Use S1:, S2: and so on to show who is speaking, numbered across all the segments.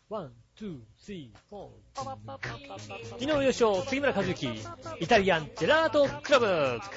S1: ワン、ツー、スリー、フォー。昨日優勝、杉村和之、イタリアンジェラートクラブ。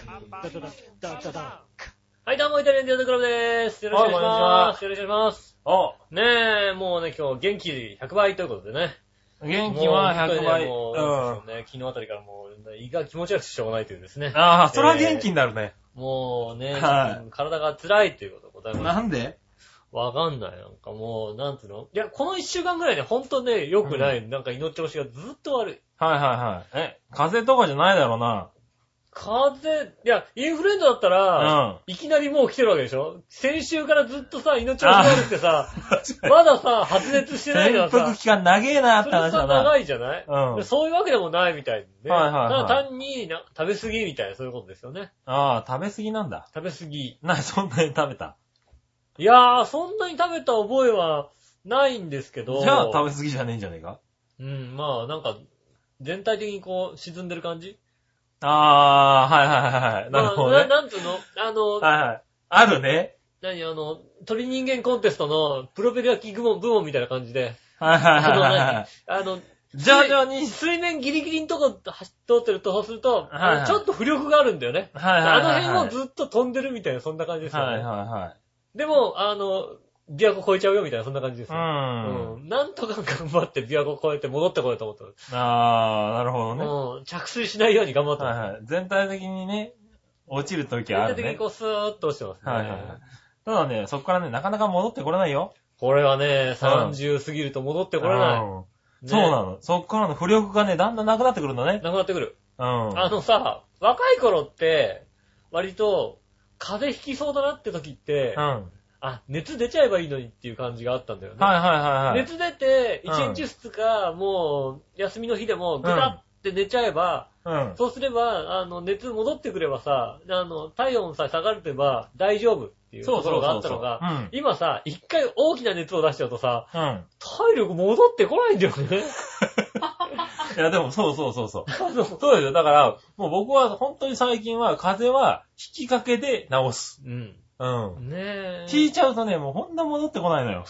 S1: はい、どうも、イタリアンジェラートクラブでーす。よろしくお願いします。よろしくお願いします。ねえ、もうね、今日元気100倍ということでね。
S2: 元気は100倍。
S1: もうね、昨日あたりからもう、胃が気持ち悪くてしょうがないというですね。
S2: ああ、それは元気になるね。
S1: もうね、
S2: はい、
S1: 体が辛いということでございます。
S2: なんで
S1: わかんない。なんかもう、なんつうのいや、この1週間ぐらいね、ほんとね、良くない。なんか胃の調子がずっと悪い。
S2: はいはいはい。風邪とかじゃないだろうな。
S1: 風邪、いや、インフルエンザだったら、いきなりもう来てるわけでしょ先週からずっとさ、胃の調子悪くてさ、まださ、発熱してないからさ。
S2: 潜伏期間長えなって話だな。
S1: それさ、長いじゃない、
S2: うん、
S1: そういうわけでもないみたいでね。
S2: はいはいはい。
S1: ただ単に食べ過ぎみたいな、そういうことですよね。
S2: ああ、食べ過ぎなんだ。
S1: 食べ過ぎ。
S2: そんなに食べた？
S1: いやー、そんなに食べた覚えはないんですけど。
S2: じゃあ食べ過ぎじゃねえんじゃねえか？
S1: うん、まあなんか、全体的にこう、沈んでる感じ？
S2: ああ、はいはいはい。なるほどね。
S1: なんつうの
S2: はいはい。あるね。
S1: 鳥人間コンテストのプロペラ機部門みたいな感じで。
S2: はいはいはいはい。徐々に
S1: 水面ギリギリのとこ通ってると、そうすると、
S2: はいはい、
S1: ちょっと浮力があるんだよね。
S2: はいはいはいはい、
S1: あの辺をずっと飛んでるみたいな、そんな感じですよね。
S2: はいはいはい。
S1: でも、琵琶湖越えちゃうよみたいな、そんな感じですよ。
S2: うん。
S1: なんとか頑張って琵琶湖越えて戻ってこようと思ってます。
S2: ああ、なるほどね。
S1: 着水しないように頑張ってます。
S2: はいはい。全体的にね、落ちるときはあるね。
S1: 全体的にこうスーッと落ちてますね。
S2: はいはいはい。ただね、そこからね、なかなか戻ってこれないよ。
S1: これはね、30過ぎると戻ってこれない。
S2: ね、そうなの。そっからの浮力がね、だんだんなくなってくるんだね。
S1: なくなってくる。
S2: うん。
S1: さ、若い頃って、割と、風邪ひきそうだなって時って、熱出ちゃえばいいのにっていう感じがあったんだよね。
S2: はいはいはいはい。
S1: 熱出て、1日2日、もう、休みの日でも、ぐだって寝ちゃえば、そうすれば、熱戻ってくればさ、体温さえ下がれば大丈夫っていうところがあったのが、今さ、一回大きな熱を出しちゃうとさ、体力戻ってこないんだよね。
S2: いやでもそう。そうですよ。だから、もう僕は本当に最近は風邪は引きかけで治す。ねえ。引いちゃうとね、もうほんと戻ってこないのよ。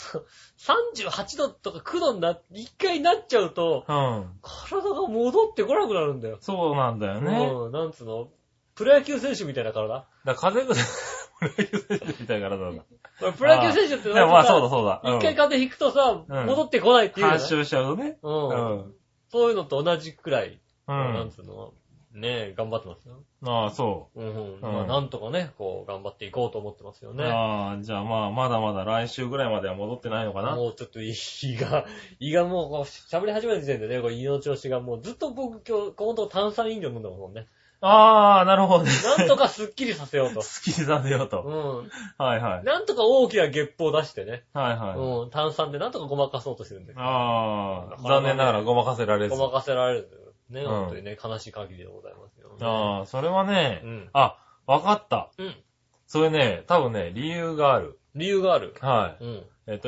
S1: 38度とか9度に一回なっちゃうと、体が戻ってこなくなるんだよ。
S2: そうなんだよね。
S1: なんつうのプロ野球選手みたいな体？
S2: 風邪プロ野球選手みたいな体だ。
S1: プロ野球選手って
S2: まあそうだ。
S1: 一回風邪ひくとさ、戻ってこないっていう、
S2: 発症しちゃうとね。
S1: そういうのと同じくらい、なんつうのねえ、頑張ってますよ。
S2: ああ、そう。
S1: まあ、なんとかね、こう、頑張っていこうと思ってますよね。
S2: ああ、じゃあまあ、まだまだ来週ぐらいまでは戻ってないのかな。
S1: もうちょっと胃がもう、喋り始めた時点でね、これ胃の調子がもうずっと僕今日、このとこ炭酸飲料飲んだもんね。
S2: ああ、なるほどね。
S1: なんとかスッキリさせようと。
S2: スッキリさせようと。はいはい。
S1: なんとか大きなゲップを出してね。
S2: はいはい。
S1: 炭酸でなんとかごまかそうとしてるんだけど。
S2: ああ、残念ながらごまかせられず。
S1: ごまかせられる。ね、本当にね、悲しい限りでございますよね。
S2: ああ、それはね、わかった。それね、多分ね、理由がある。
S1: 理由がある？
S2: はい。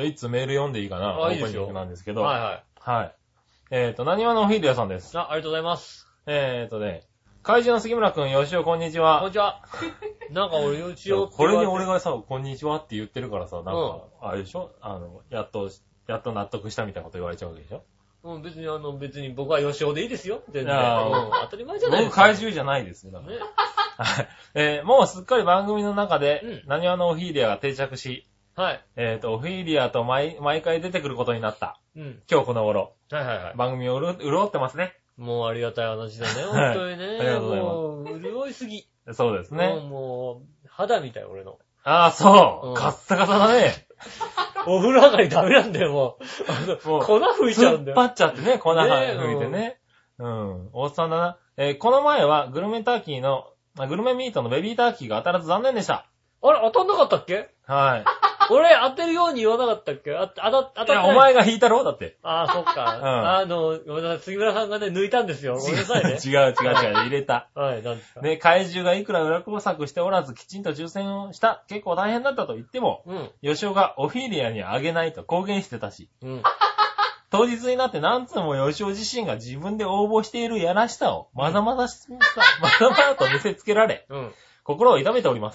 S2: いつメール読んでいいかな？
S1: いいですよ。
S2: オープニングなんですけど。
S1: はい。
S2: なにわのおひるやさんです。
S1: ありがとうございます。
S2: 怪獣の杉村くん、吉尾こんにちは。
S1: こんにちは。なんか俺、吉尾って。
S2: これに俺がさ、こんにちはって言ってるからさ、なんか、あれでしょやっと納得したみたいなこと言われちゃうわけでしょ？
S1: 別に僕は吉尾でいいですよ。全然。当たり前じゃないです
S2: か。僕怪獣じゃないですよ。ね、もうすっかり番組の中で、なにわのオフィーリアが定着し、オフィーリアと毎回出てくることになった。今日この頃。番組を潤ってますね。
S1: もうありがたい話だね、本当にね。
S2: ありがとうございます。
S1: もう、潤いすぎ。
S2: そうですね。
S1: もう、肌みたい、俺の。
S2: ああ、そう。カッサカサだね。
S1: お風呂上がりダメなんだよ、もう。粉吹いちゃうんだよ。
S2: 突っ張っちゃってね、粉吹いてね。おっさんだな。この前はグルメミートのベビーターキーが当たらず残念でした。
S1: あれ、当たんなかったっけ？
S2: はい。
S1: 俺、当てるように言わなかったっけ？当たってない。
S2: お前が引いたろだって。
S1: ああ、そっか。ごめんなさい、杉村さんがね、抜いたんですよ。ごめんなさいね。
S2: 違う、入れた。
S1: はい、なんですか。
S2: ね、怪獣がいくら裏工作しておらず、きちんと抽選をした、結構大変だったと言っても、吉尾がオフィーリアにあげないと公言してたし、当日になって何つも吉尾自身が自分で応募しているやらしさを、まだまだと見せつけられ、心を痛めております。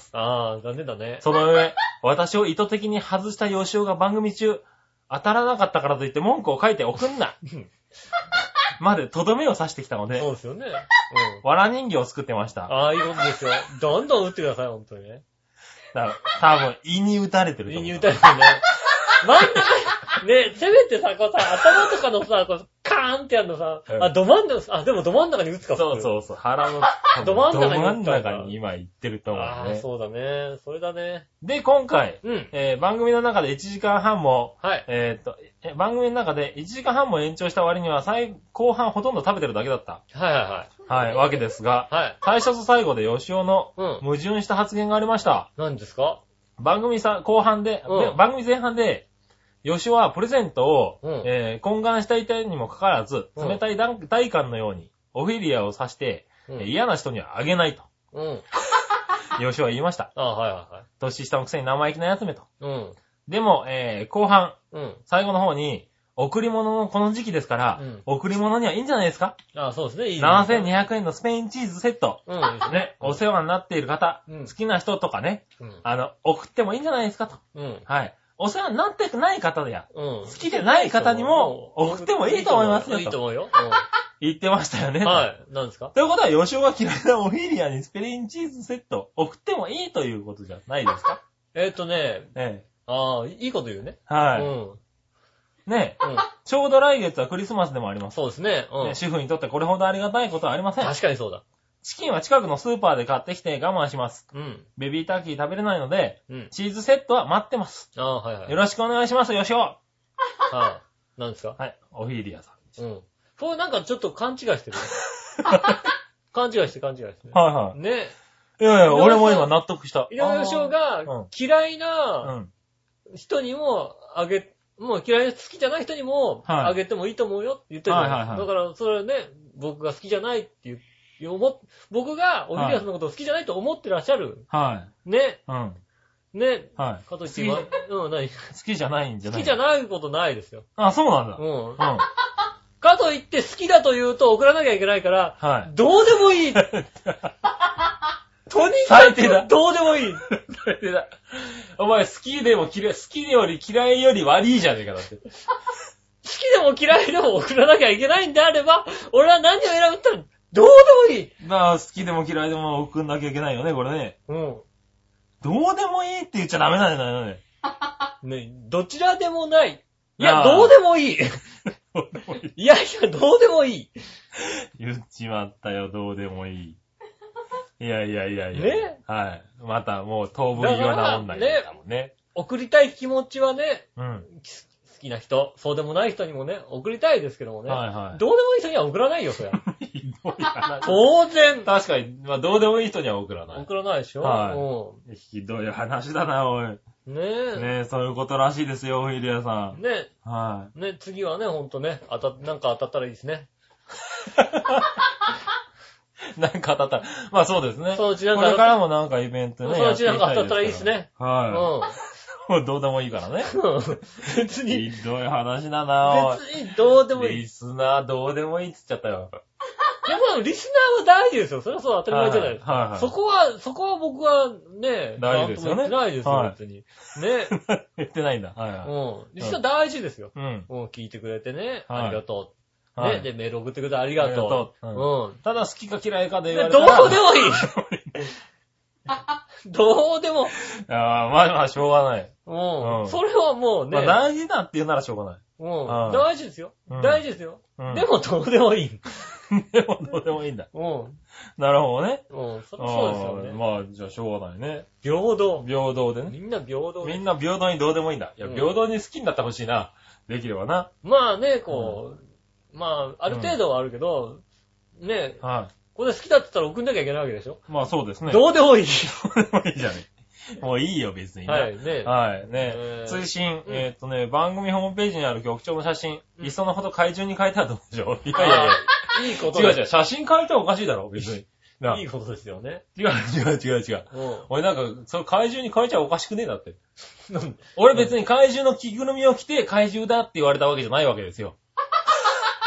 S1: ああ、残念だね。
S2: その上、私を意図的に外した吉尾が番組中、 当たらなかったからといって文句を書いて送んな。までとどめを刺してきたので。
S1: そうですよね。
S2: わら人形を作ってました。
S1: ああ、いいことですよ。どんどん打ってください、本当にね。
S2: だから多分、胃に打たれてると思う。
S1: 胃に打たれてるね。真ん中、ね、せめてさ、こうさ、頭とかのさ、こうカーンってやるのさ、ど真ん中、でもど真ん中に打つか。
S2: そうそう。腹の、
S1: ど真ん
S2: 中に今行ってると思うね。
S1: ああ、そうだね。それだね。
S2: で、今回、番組の中で1時間半も、番組の中で1時間半も延長した割には後半ほとんど食べてるだけだった。はい、わけですが、最初と最後で吉尾の矛盾した発言がありました。
S1: 何ですか？
S2: 番組後半で、番組前半で、吉尾はプレゼントを、懇願したい点にもかかわらず、冷たい大観のように、オフィリアを指して、嫌な人にはあげないと。吉尾は言いました。年下のくせに生意気なやつめと。でも、後半、最後の方に、贈り物のこの時期ですから、贈り物にはいいんじゃないですか？
S1: そうですね、いいね。
S2: 7200円のスペインチーズセット。ね、お世話になっている方、好きな人とかね、送ってもいいんじゃないですかと。はい。お世話になってない方や、好きでない方にも送ってもいいと思いますよと。
S1: いいと思うよ。
S2: 言ってましたよね。
S1: はい。何ですか？
S2: ということは、吉尾が嫌いなオフィリアにスペインチーズセット送ってもいいということじゃないですか？
S1: いいこと言うね。
S2: はい。ねえ、ちょうど来月はクリスマスでもあります。
S1: そうですね。
S2: 主婦にとってこれほどありがたいことはありません。
S1: 確かにそうだ。
S2: チキンは近くのスーパーで買ってきて我慢します。ベビーターキー食べれないので、チーズセットは待ってます。よろしくお願いします、吉尾。
S1: 何ですか？
S2: はい、オフィリアさん。
S1: これなんかちょっと勘違いしてる。勘違いして。
S2: はい。
S1: ね。
S2: いや、俺も今納得した。
S1: 井上翔が嫌いな人にももう嫌いな好きじゃない人にもあげてもいいと思うよって言ってるじゃないですか。だからそれね、僕が好きじゃないって僕がオフィリアスのことを好きじゃないと思ってらっしゃる。ね。ね。かといって何？
S2: 好きじゃないんじゃない？
S1: 好きじゃないことないですよ。
S2: そうなんだ。
S1: かといって好きだと言うと送らなきゃいけないから、どうでもいい。とにかくどうでもいい。
S2: 最低だ。お前好きより嫌いより悪いじゃねえかだって。好
S1: きでも嫌いでも送らなきゃいけないんであれば、俺は何を選ぶったらどうでもいい。
S2: 好きでも嫌いでも送んなきゃいけないよね、これね。どうでもいいって言っちゃダメなんだよね。
S1: ね、どちらでもない。いや、どうでもいい。いや、どうでもいい。
S2: 言っちまったよ、どうでもいい。いや。
S1: ね。
S2: はい。また、もう、当分言わな女になったもんね。
S1: 送りたい気持ちはね、好きな人、そうでもない人にもね、送りたいですけどもね。どうでもいい人には送らないよ、そりゃ。ひどい話。当然。
S2: 確かに、どうでもいい人には送らない。
S1: 送らないでしょ。
S2: ひどい話だな、おい。
S1: ねえ、
S2: そういうことらしいですよ、オフィリアさん。
S1: ねえ。次はね、ほんとね、なんか当たったらいいですね。
S2: なんか当たったら。そうですね。
S1: これ
S2: からもなんかイベントね。
S1: そのうちなんか当たったらいいですね。
S2: もうどうでもいいからね。
S1: 別に。
S2: ひどい話だな。
S1: 別にどうでもいい。
S2: リスナーどうでもいいって言っちゃったよ。
S1: でも、リスナーは大事ですよ。それはそう当たり前じゃないですか。そこは僕はね、
S2: 大事ですよね。
S1: 言ってないですよ、別に。ね。
S2: 言ってないんだ。
S1: リスナー大事ですよ。聞いてくれてね、ありがとう。ね。で、メール送ってくれてありがとう。
S2: ただ好きか嫌いかで言われた
S1: ら。どうでもいい。どうでも。
S2: まあ、しょうがない。
S1: それはもうね。
S2: 大事だって言うならしょうがない。
S1: 大事ですよ。大事ですよ。でもどうでもいい。
S2: でもどうでもいいんだ。なるほどね。
S1: そうですよね。
S2: じゃあしょうがないね。
S1: 平等
S2: でね。
S1: みんな平等
S2: みんな平等にどうでもいいんだ。いや、平等に好きになってほしいな。できればな。
S1: まあね、ある程度はあるけど、ね、これ好きだって言ったら送んなきゃいけないわけでしょ。
S2: まあそうですね。
S1: どうでもいい。
S2: どうでもいいじゃね。もういいよ、別にね。ね。追伸、番組ホームページにある局長の写真、いっそのほど怪獣に変えたらどうでしょう。いや。
S1: いいこと。
S2: 違う、写真変えたらおかしいだろ、別に。
S1: いいことですよね。
S2: 違う。俺なんか、その怪獣に変えちゃおかしくねえだって。俺別に怪獣の着ぐるみを着て怪獣だって言われたわけじゃないわけですよ。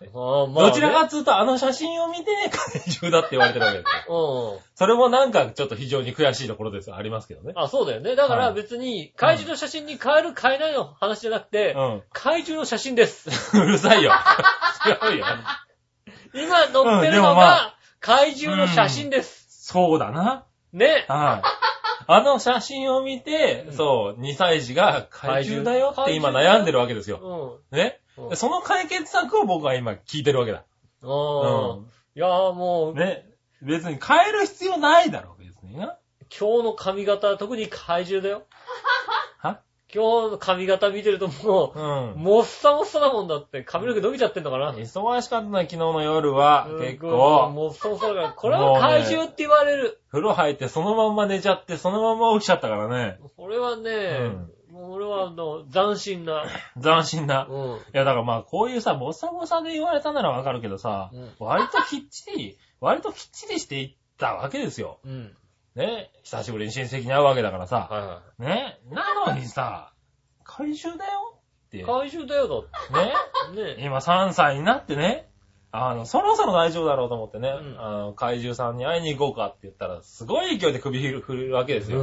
S2: どちらかっていうと、あの写真を見て、怪獣だって言われてるわけですよ。それもなんかちょっと非常に悔しいところですよ。ありますけどね。
S1: あ、そうだよね。だから別に、怪獣の写真に変える変えないの話じゃなくて、怪獣の写真です。
S2: うるさいよ。違うよ。
S1: 今載ってるのが、怪獣の写真です。
S2: そうだな。
S1: ね。
S2: はい。あの写真を見て、そう、2歳児が怪獣だよって今悩んでるわけですよ。ね。その解決策を僕は今聞いてるわけだ。
S1: いやーもう。
S2: ね。別に変える必要ないだろう、別にな。
S1: 今日の髪型、特に怪獣だよ。
S2: は？
S1: 今日の髪型見てるともう、もっさもっさだもんだって、髪の毛伸びちゃってんのかな。
S2: 忙しかったな、昨日の夜は。結構。
S1: もっさもっさだから、これは怪獣って言われる。
S2: 風呂入ってそのまんま寝ちゃって、そのまんま起きちゃったからね。
S1: これはね、もう俺は斬新な。
S2: 斬新な。いや、だからまあ、こういうさ、ボサボサで言われたならわかるけどさ、割ときっちりしていったわけですよ。ね、久しぶりに親戚に会うわけだからさ。ね、なのにさ、怪獣だよって。
S1: 怪獣だよだって。
S2: ね。今3歳になってね、そろそろ大丈夫だろうと思ってね、怪獣さんに会いに行こうかって言ったら、すごい勢いで首振るわけですよ。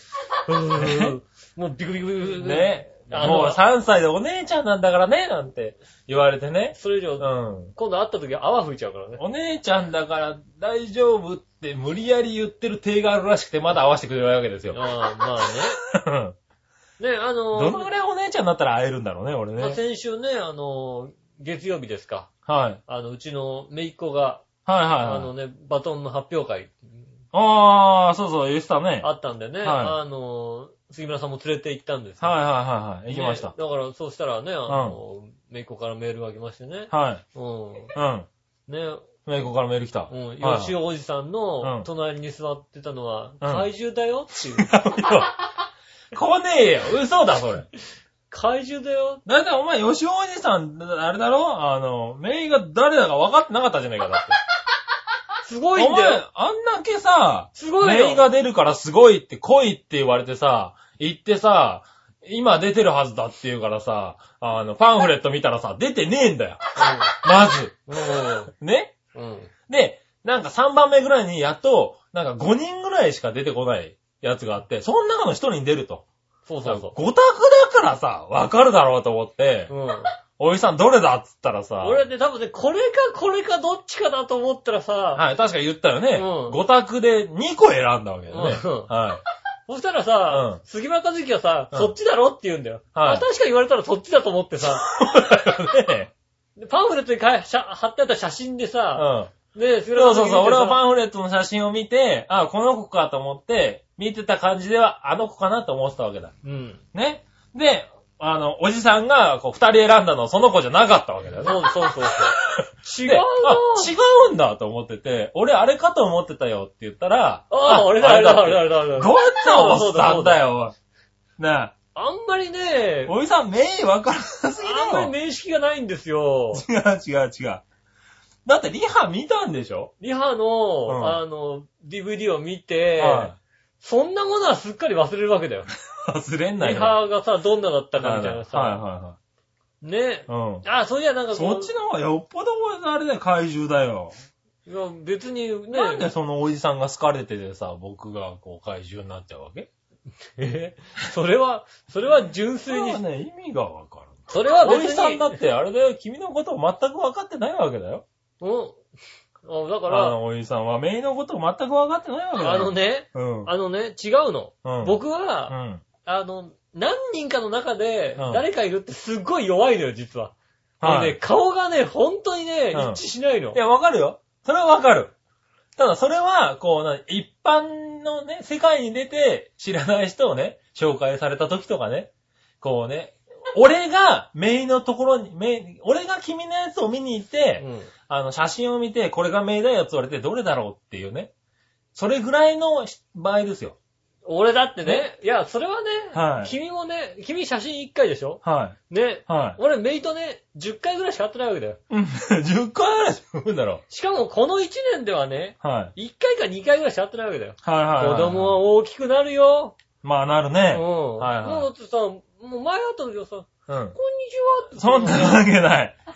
S1: もうビクビクビク。
S2: ね。もう3歳でお姉ちゃんなんだからね、なんて言われてね。
S1: それ以上、今度会った時は泡吹いちゃうからね。
S2: お姉ちゃんだから大丈夫って無理やり言ってる手があるらしくて、まだ会わせてくれるわけですよ。
S1: まあね。ね、
S2: どのぐらいお姉ちゃんだったら会えるんだろうね、俺ね。
S1: 先週ね、月曜日ですか。
S2: はい。
S1: うちの姪っ子が、バトンの発表会。
S2: ああ、そうそう、言ってたね。
S1: あったんでね、杉村さんも連れて行ったんです
S2: よ。はい。行きました。
S1: だから、そうしたらね、姪っ子からメールが来ましてね。
S2: はい。
S1: ね。
S2: 姪っ子からメール来た。
S1: 吉尾おじさんの隣に座ってたのは、怪獣だよっていう。
S2: 来ねえよ。嘘だ、それ。
S1: 怪獣だよ。
S2: だいたいお前、吉尾おじさん、あれだろメイが誰だか分かってなかったじゃないか、だって。
S1: すごいんだよ。
S2: お前、あんだけさ、
S1: すごいよ。
S2: メイが出るからすごいって、来いって言われてさ、行ってさ、今出てるはずだって言うからさ、パンフレット見たらさ、出てねえんだよ。まず。ね、で、なんか3番目ぐらいにやっと、なんか5人ぐらいしか出てこないやつがあって、その中の1人に出ると。
S1: そうそうそう。
S2: 5択だからさ、わかるだろうと思って、おじさんどれだっつったらさ、
S1: 俺ね、多分ね、これかどっちかだと思ったらさ、
S2: はい、確か言ったよね。5択で2個選んだわけだよね。はい。
S1: そしたらさ、杉村和之はさ、そっちだろって言うんだよ。確か言われたらそっちだと思ってさ、
S2: そうだよね。
S1: パンフレットに貼ってあった写真でさ、
S2: そう、俺はパンフレットの写真を見て、この子かと思って、見てた感じでは、あの子かなと思ってたわけだ。ね。で、おじさんが、2人選んだのはその子じゃなかったわけだよね。
S1: そう。違うな。
S2: 違うんだと思ってて、俺あれかと思ってたよって言ったら、
S1: 俺だ。
S2: どっちのおっさんだよ。ねえ。
S1: あんまりね、
S2: おじさん名わからなすぎだよ。
S1: あんまり面識がないんですよ。
S2: 違う。だってリハ見たんでしょ？
S1: リハの、DVD を見て、そんなものはすっかり忘れるわけだよ。
S2: 忘れんなよ。
S1: リハがさ、どんなだったかみたいなさ。ね。そういやなんか
S2: そっちの方がよっぽどあれだよ、怪獣だよ。
S1: いや、別にね。
S2: なんでそのおじさんが好かれててさ、僕がこう怪獣になっちゃうわけ？
S1: それは純粋に。
S2: ね、意味がわかる。
S1: それは別に。
S2: おじさんだってあれだよ、君のことを全く分かってないわけだよ。
S1: だから。
S2: おじさんはメイのことを全く分かってないわけだよ。
S1: 違うの。僕は、何人かの中で誰かいるってすっごい弱いのよ、実は。顔がね、本当にね、一致しないの。
S2: いや、わかるよ。それはわかる。ただ、それは、一般のね、世界に出て知らない人をね、紹介された時とかね、俺がメイのところに、俺が君のやつを見に行って、写真を見て、これがメイだよって言われて、どれだろうっていうね。それぐらいの場合ですよ。
S1: 俺だってね、いや、それはね、君もね、君写真1回でしょ？ね。俺、メイとね、10回ぐらいしか会ってないわけだよ。
S2: 10回ぐらいしか会うんだろ。
S1: しかも、この1年ではね、1回か2回ぐらいしか会ってないわけだよ。子供は大きくなるよ。
S2: まあ、なるね。
S1: もうだってさ、もう前会った時はさ、こんにちはって。
S2: そんなわけない。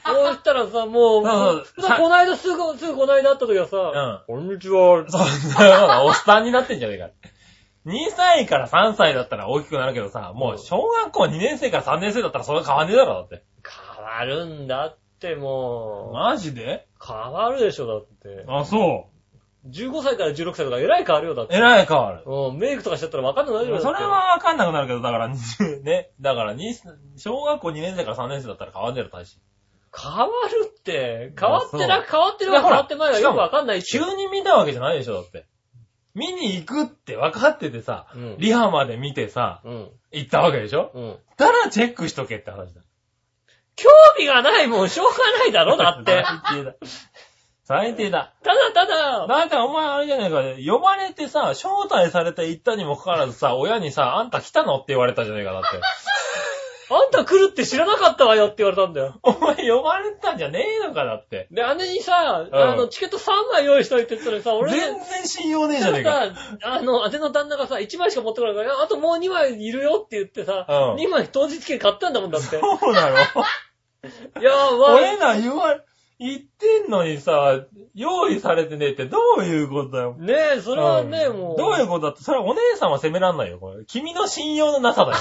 S1: そうしたらさ、もう、この間すぐこの間会った時はさ、こんにちは。
S2: そう、おっさんになってんじゃねえか。2歳から3歳だったら大きくなるけどさ、もう小学校2年生から3年生だったらそれは変わんねえだろ、だって。
S1: 変わるんだってもう。
S2: マジで？
S1: 変わるでしょ、だって。
S2: あ、そう。
S1: 15歳から16歳とかえらい変わるよ、だって。
S2: えらい変わる。
S1: メイクとかしちゃったらわかんなくなるよ。
S2: それはわかんなくなるけど、だから、ね。だから、小学校2年生から3年生だったら変わんねえよ、大し。
S1: 変わるって、変わってるか変わってないかよくわかんないし。
S2: 急に見たわけじゃないでしょ、だって。見に行くって分かっててさ、リハまで見てさ、行ったわけでしょ？だからチェックしとけって話だ。
S1: 興味がないもん、しょうがないだろ、だって。
S2: 最低だ。
S1: ただ。
S2: だってお前あれじゃないか、呼ばれてさ、招待されて行ったにもかかわらずさ、親にさ、あんた来たのって言われたじゃないか、だって。
S1: あんた来るって知らなかったわよって言われたんだよ。
S2: お前呼ばれたんじゃねえのか、だって。
S1: で、姉にさ、チケット3枚用意しといてって言ったらさ、俺
S2: 全然信用ねえじゃねえか。
S1: 姉の旦那がさ、1枚しか持ってこないから、あともう2枚いるよって言ってさ、2枚当日券買ったんだもんだって。
S2: そうなの？いや、俺ら言ってんのにさ、用意されてねえってどういうことだよ。
S1: ねえ、それはね、もう。
S2: どういうことだって、それはお姉さんは責めらんないよ、これ。君の信用のなさだよ。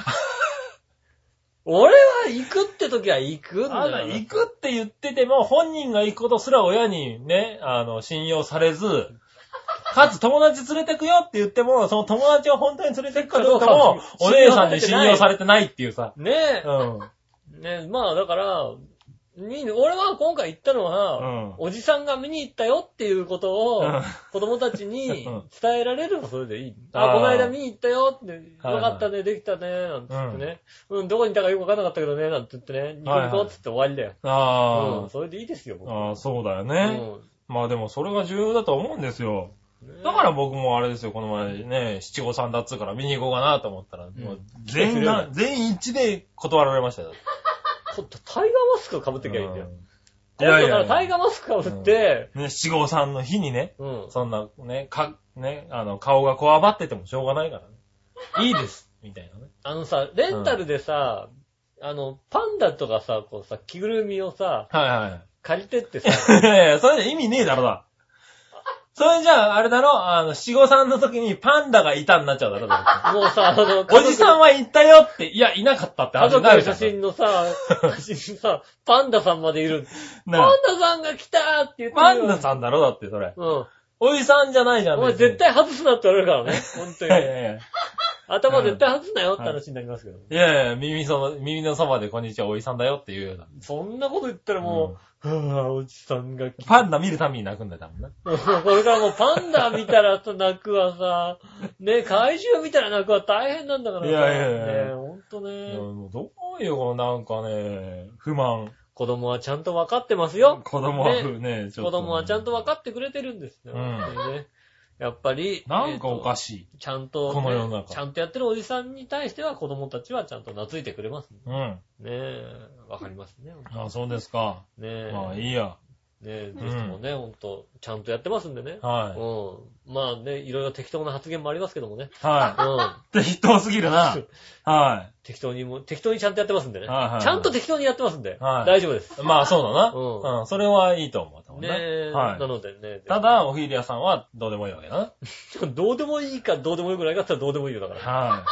S1: 俺は行くって時は行くんだよ。
S2: 行くって言ってても、本人が行くことすら親にね、信用されず、かつ友達連れてくよって言っても、その友達を本当に連れてくかどうかも、お姉さんに信用されてないっていうさ。
S1: ねえ。ねえ、まあだから、俺は今回言ったのは、おじさんが見に行ったよっていうことを、子供たちに伝えられればそれでいい。この間見に行ったよって、よかったね、できたね、なんて言ってね。どこにいたかよくわかんなかったけどね、なんて言ってね。ニコニコって言って終わりだよ。それでいいですよ、僕。
S2: そうだよね。まあでもそれが重要だと思うんですよ。だから僕もあれですよ、この前ね、七五三だっつうから見に行こうかなと思ったら、もう全員一致で断られましたよ。
S1: タイガーマスク被ってきゃいいんだよ。だからタイガーマスク被って、
S2: 七五三の日にね、そんなね、顔がこわばっててもしょうがないからね。いいです、みたいなね。
S1: レンタルでさ、パンダとかさ、こうさ、着ぐるみをさ、借りてってさ。
S2: いやいや、それじゃ意味ねえだろな。それじゃあ、あれだろ、七五三の時にパンダがいたになっちゃうだろ、
S1: もうさ、
S2: おじさんは行ったよって、いや、いなかったって
S1: 話になるじゃん。家族の写真のさ、パンダさんまでいる。パンダさんが来たーって言ってる。
S2: パンダさんだろ、だって、それ。おじさんじゃないじゃん。
S1: お前絶対外すなって言われるからね、本当に。いや。頭絶対外すなよって話になりますけど。
S2: いやいや、耳のそばでこんにちは、おじさんだよっていうような。
S1: そんなこと言ったらもう、おじさんが
S2: パンダ見るために泣くんだよ、多分な。
S1: これからもうパンダ見たら泣くわさ、ね、怪獣見たら泣くわ大変なんだからさ。いや。ね、ほんとね。
S2: どういうこのなんかね、不満。
S1: 子供はちゃんと分かってますよ。
S2: 子供はね、
S1: 子供はちゃんと分かってくれてるんですよ。ね。やっぱり、
S2: なんかおかしい。
S1: ちゃんと、
S2: この世の中。
S1: ちゃんとやってるおじさんに対しては子供たちはちゃんと懐いてくれます。ねえ、わかりますね。
S2: そうですか。
S1: ねえ。
S2: まあいいや。
S1: ねえ、ぜひともね、ほんと、ちゃんとやってますんでね。
S2: はい。
S1: まあね、いろいろ適当な発言もありますけどもね。
S2: はい。適当すぎるな。はい。
S1: 適当にちゃんとやってますんでね。ちゃんと適当にやってますんで。大丈夫です。
S2: まあそうだな。それはいいと思う。
S1: ねえ。なのでね。
S2: ただ、おひりやさんはどうでもいいわけだな。
S1: どうでもいいかどうでもよくないかって言ったらどうでもいいよだから。
S2: はい。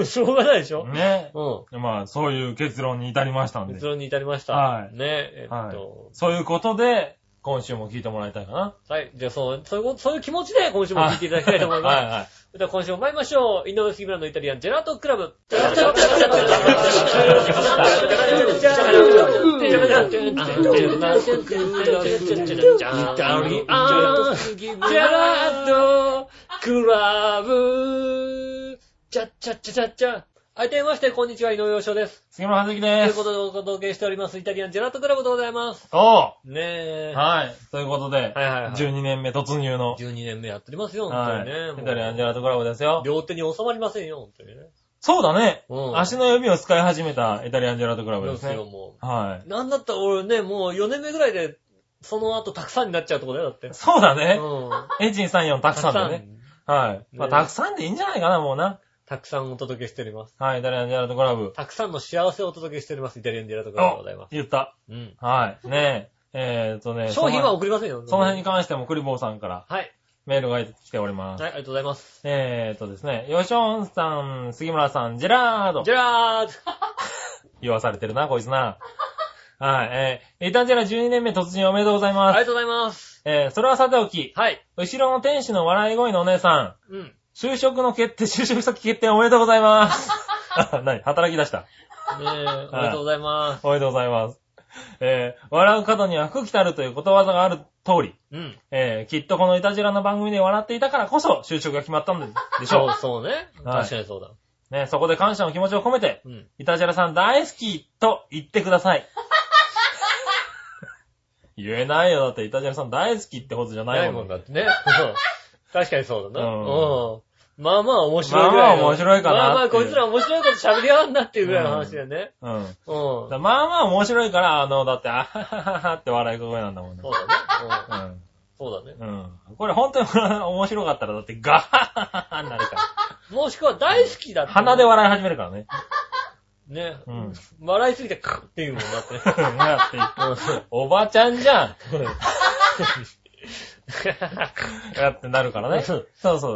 S1: しょうがないでしょ。
S2: ね。まあそういう結論に至りましたんで。
S1: 結論に至りました。
S2: はい。
S1: ね
S2: そういうことで、今週も聞いてもらいたいかな。
S1: はい。じゃあそういう気持ちで今週も聞いていただきたいと思います。はい。では今週も参りましょう。井上杉村のイタリアンジェラートクラブ。はい、というまして、こんにちは、井上洋翔です。
S2: 杉村はずきです。
S1: ということでお届けしております、イタリアンジェラートクラブでございます。ねえ。
S2: はい。ということで、12年目突入の。
S1: 12年目やっておりますよ、本当にね。
S2: イタリアンジェラートクラブですよ。
S1: 両手に収まりませんよ、本当にね。
S2: そうだね。足の指を使い始めたイタリアンジェラートクラブですね。
S1: ですよ、も
S2: う。はい。
S1: なんだったら俺ね、もう4年目ぐらいで、その後たくさんになっちゃうとこだよ、だって。
S2: そうだね。1、2、3、4たくさんだね。はい。まあ、たくさんでいいんじゃないかな、もうな。
S1: たくさんお届けしております。
S2: はい、イタリアンジェラートクラブ。
S1: たくさんの幸せをお届けしております、イタリアンジェラートクラブでございます。
S2: 言った。
S1: うん。
S2: はい。ね
S1: 商品は送りませんよ。
S2: その辺に関してもクリボーさんから。
S1: はい。
S2: メールが来ております。
S1: はい、ありがとうございます。
S2: ですね、ヨションさん、杉村さん、ジェラード。
S1: ジェラード
S2: 言わされてるな、こいつな。はい、イタジェラ12年目突入おめでとうございます。
S1: ありがとうございます。
S2: それはさておき。
S1: はい。
S2: 後ろの天使の笑い声のお姉さ
S1: ん。うん。
S2: 就職先決定おめでとうございます。何働き出した。
S1: ねえ、おめでとうございます。
S2: おめでとうございます。笑う角には福来たるということわざがある通り、
S1: うん。
S2: きっとこのイタジラの番組で笑っていたからこそ就職が決まったんでしょう。
S1: そうね。確かにそうだ。
S2: ね、そこで感謝の気持ちを込めて、イタジラさん大好きと言ってください。言えないよ。だってイタジラさん大好きってことじゃないもん。
S1: だってね。確かにそうだな。まあまあ面白いぐらい。
S2: まあまあ面白いかな。
S1: まあまあこいつら面白いこと喋りやがんなっていうぐらいの話だよね。
S2: まあまあ面白いから、だって、あはははって笑い声なんだもんね。
S1: そうだね。そうだね。
S2: これ本当に面白かったら、だってガハハハになるから。
S1: もしくは大好きだって。
S2: 鼻で笑い始めるからね。
S1: ね。笑いすぎてカッっていうもんだって。
S2: おばちゃんじゃん。やってなるからね。そう。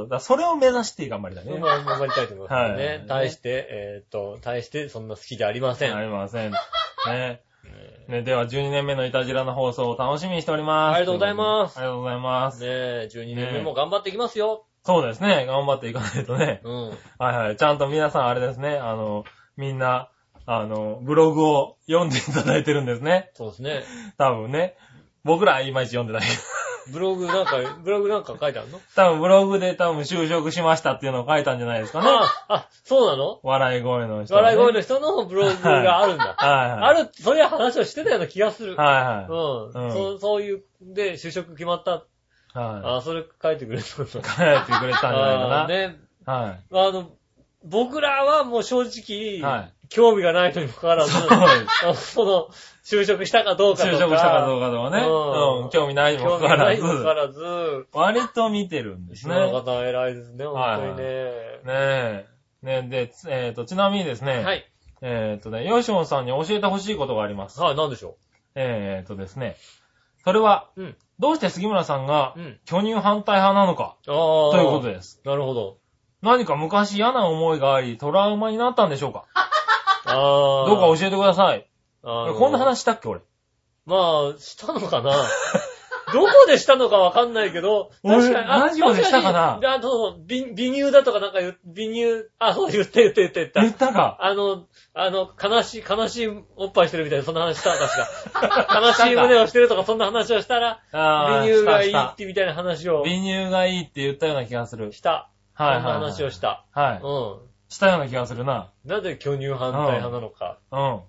S2: それを目指して頑張りたいね。
S1: 頑張りたいと思いますね。対してそんな好きじゃありません。
S2: ありません。ね。では、12年目のイタジラの放送を楽しみにしております。
S1: ありがとうございます。
S2: ありがとうございます。
S1: ねえ、12年目も頑張っていきますよ。
S2: そうですね。頑張っていかないとね。はい。ちゃんと皆さんあれですね。みんな、ブログを読んでいただいてるんですね。
S1: そうですね。
S2: 多分ね。僕らいまいち読んでない。
S1: ブログなんか書いてあるの？
S2: 多分ブログで就職しましたっていうのを書いたんじゃないですかね。
S1: そうなの？
S2: 笑い声の人、
S1: 笑い声の人のブログがあるんだ。
S2: はい。
S1: そういう話をしてたような気がする。
S2: はい。
S1: そういう、で、就職決まった。はい。それ書いてくれたんだ。
S2: 書いてくれたんじゃないかな。
S1: ね。
S2: はい。
S1: 僕らはもう正直、興味がないのにもかかわらず、就職したかどうかとか。
S2: 就職したかどうかとかね。興味ないにもかかわらず。割と見てるんですね。
S1: その方偉いですね、本当にね。
S2: ねえ。ちなみにですね。
S1: はい。
S2: ヨシオンさんに教えてほしいことがあります。
S1: はい、なんでしょ
S2: う。ですね。それは、どうして杉村さんが、巨乳反対派なのか、ということです。
S1: なるほど。
S2: 何か昔嫌な思いがあり、トラウマになったんでしょうか？どうか教えてください。こんな話したっけ、俺。
S1: まあ、したのかなどこでしたのかわかんないけど、
S2: 確かに、ラジオでしたかな
S1: 美乳だとかなんか美乳、そう言った。
S2: 言ったか。
S1: 悲しいおっぱいしてるみたいな、そんな話した、確か。悲しい胸をしてるとか、そんな話をしたら、美乳がいいってみたいな話を。
S2: 美乳がいいって言ったような気がする。
S1: した。はい。そんな話をした。
S2: はい。したような気がするな。
S1: なぜ巨乳反対派なのか。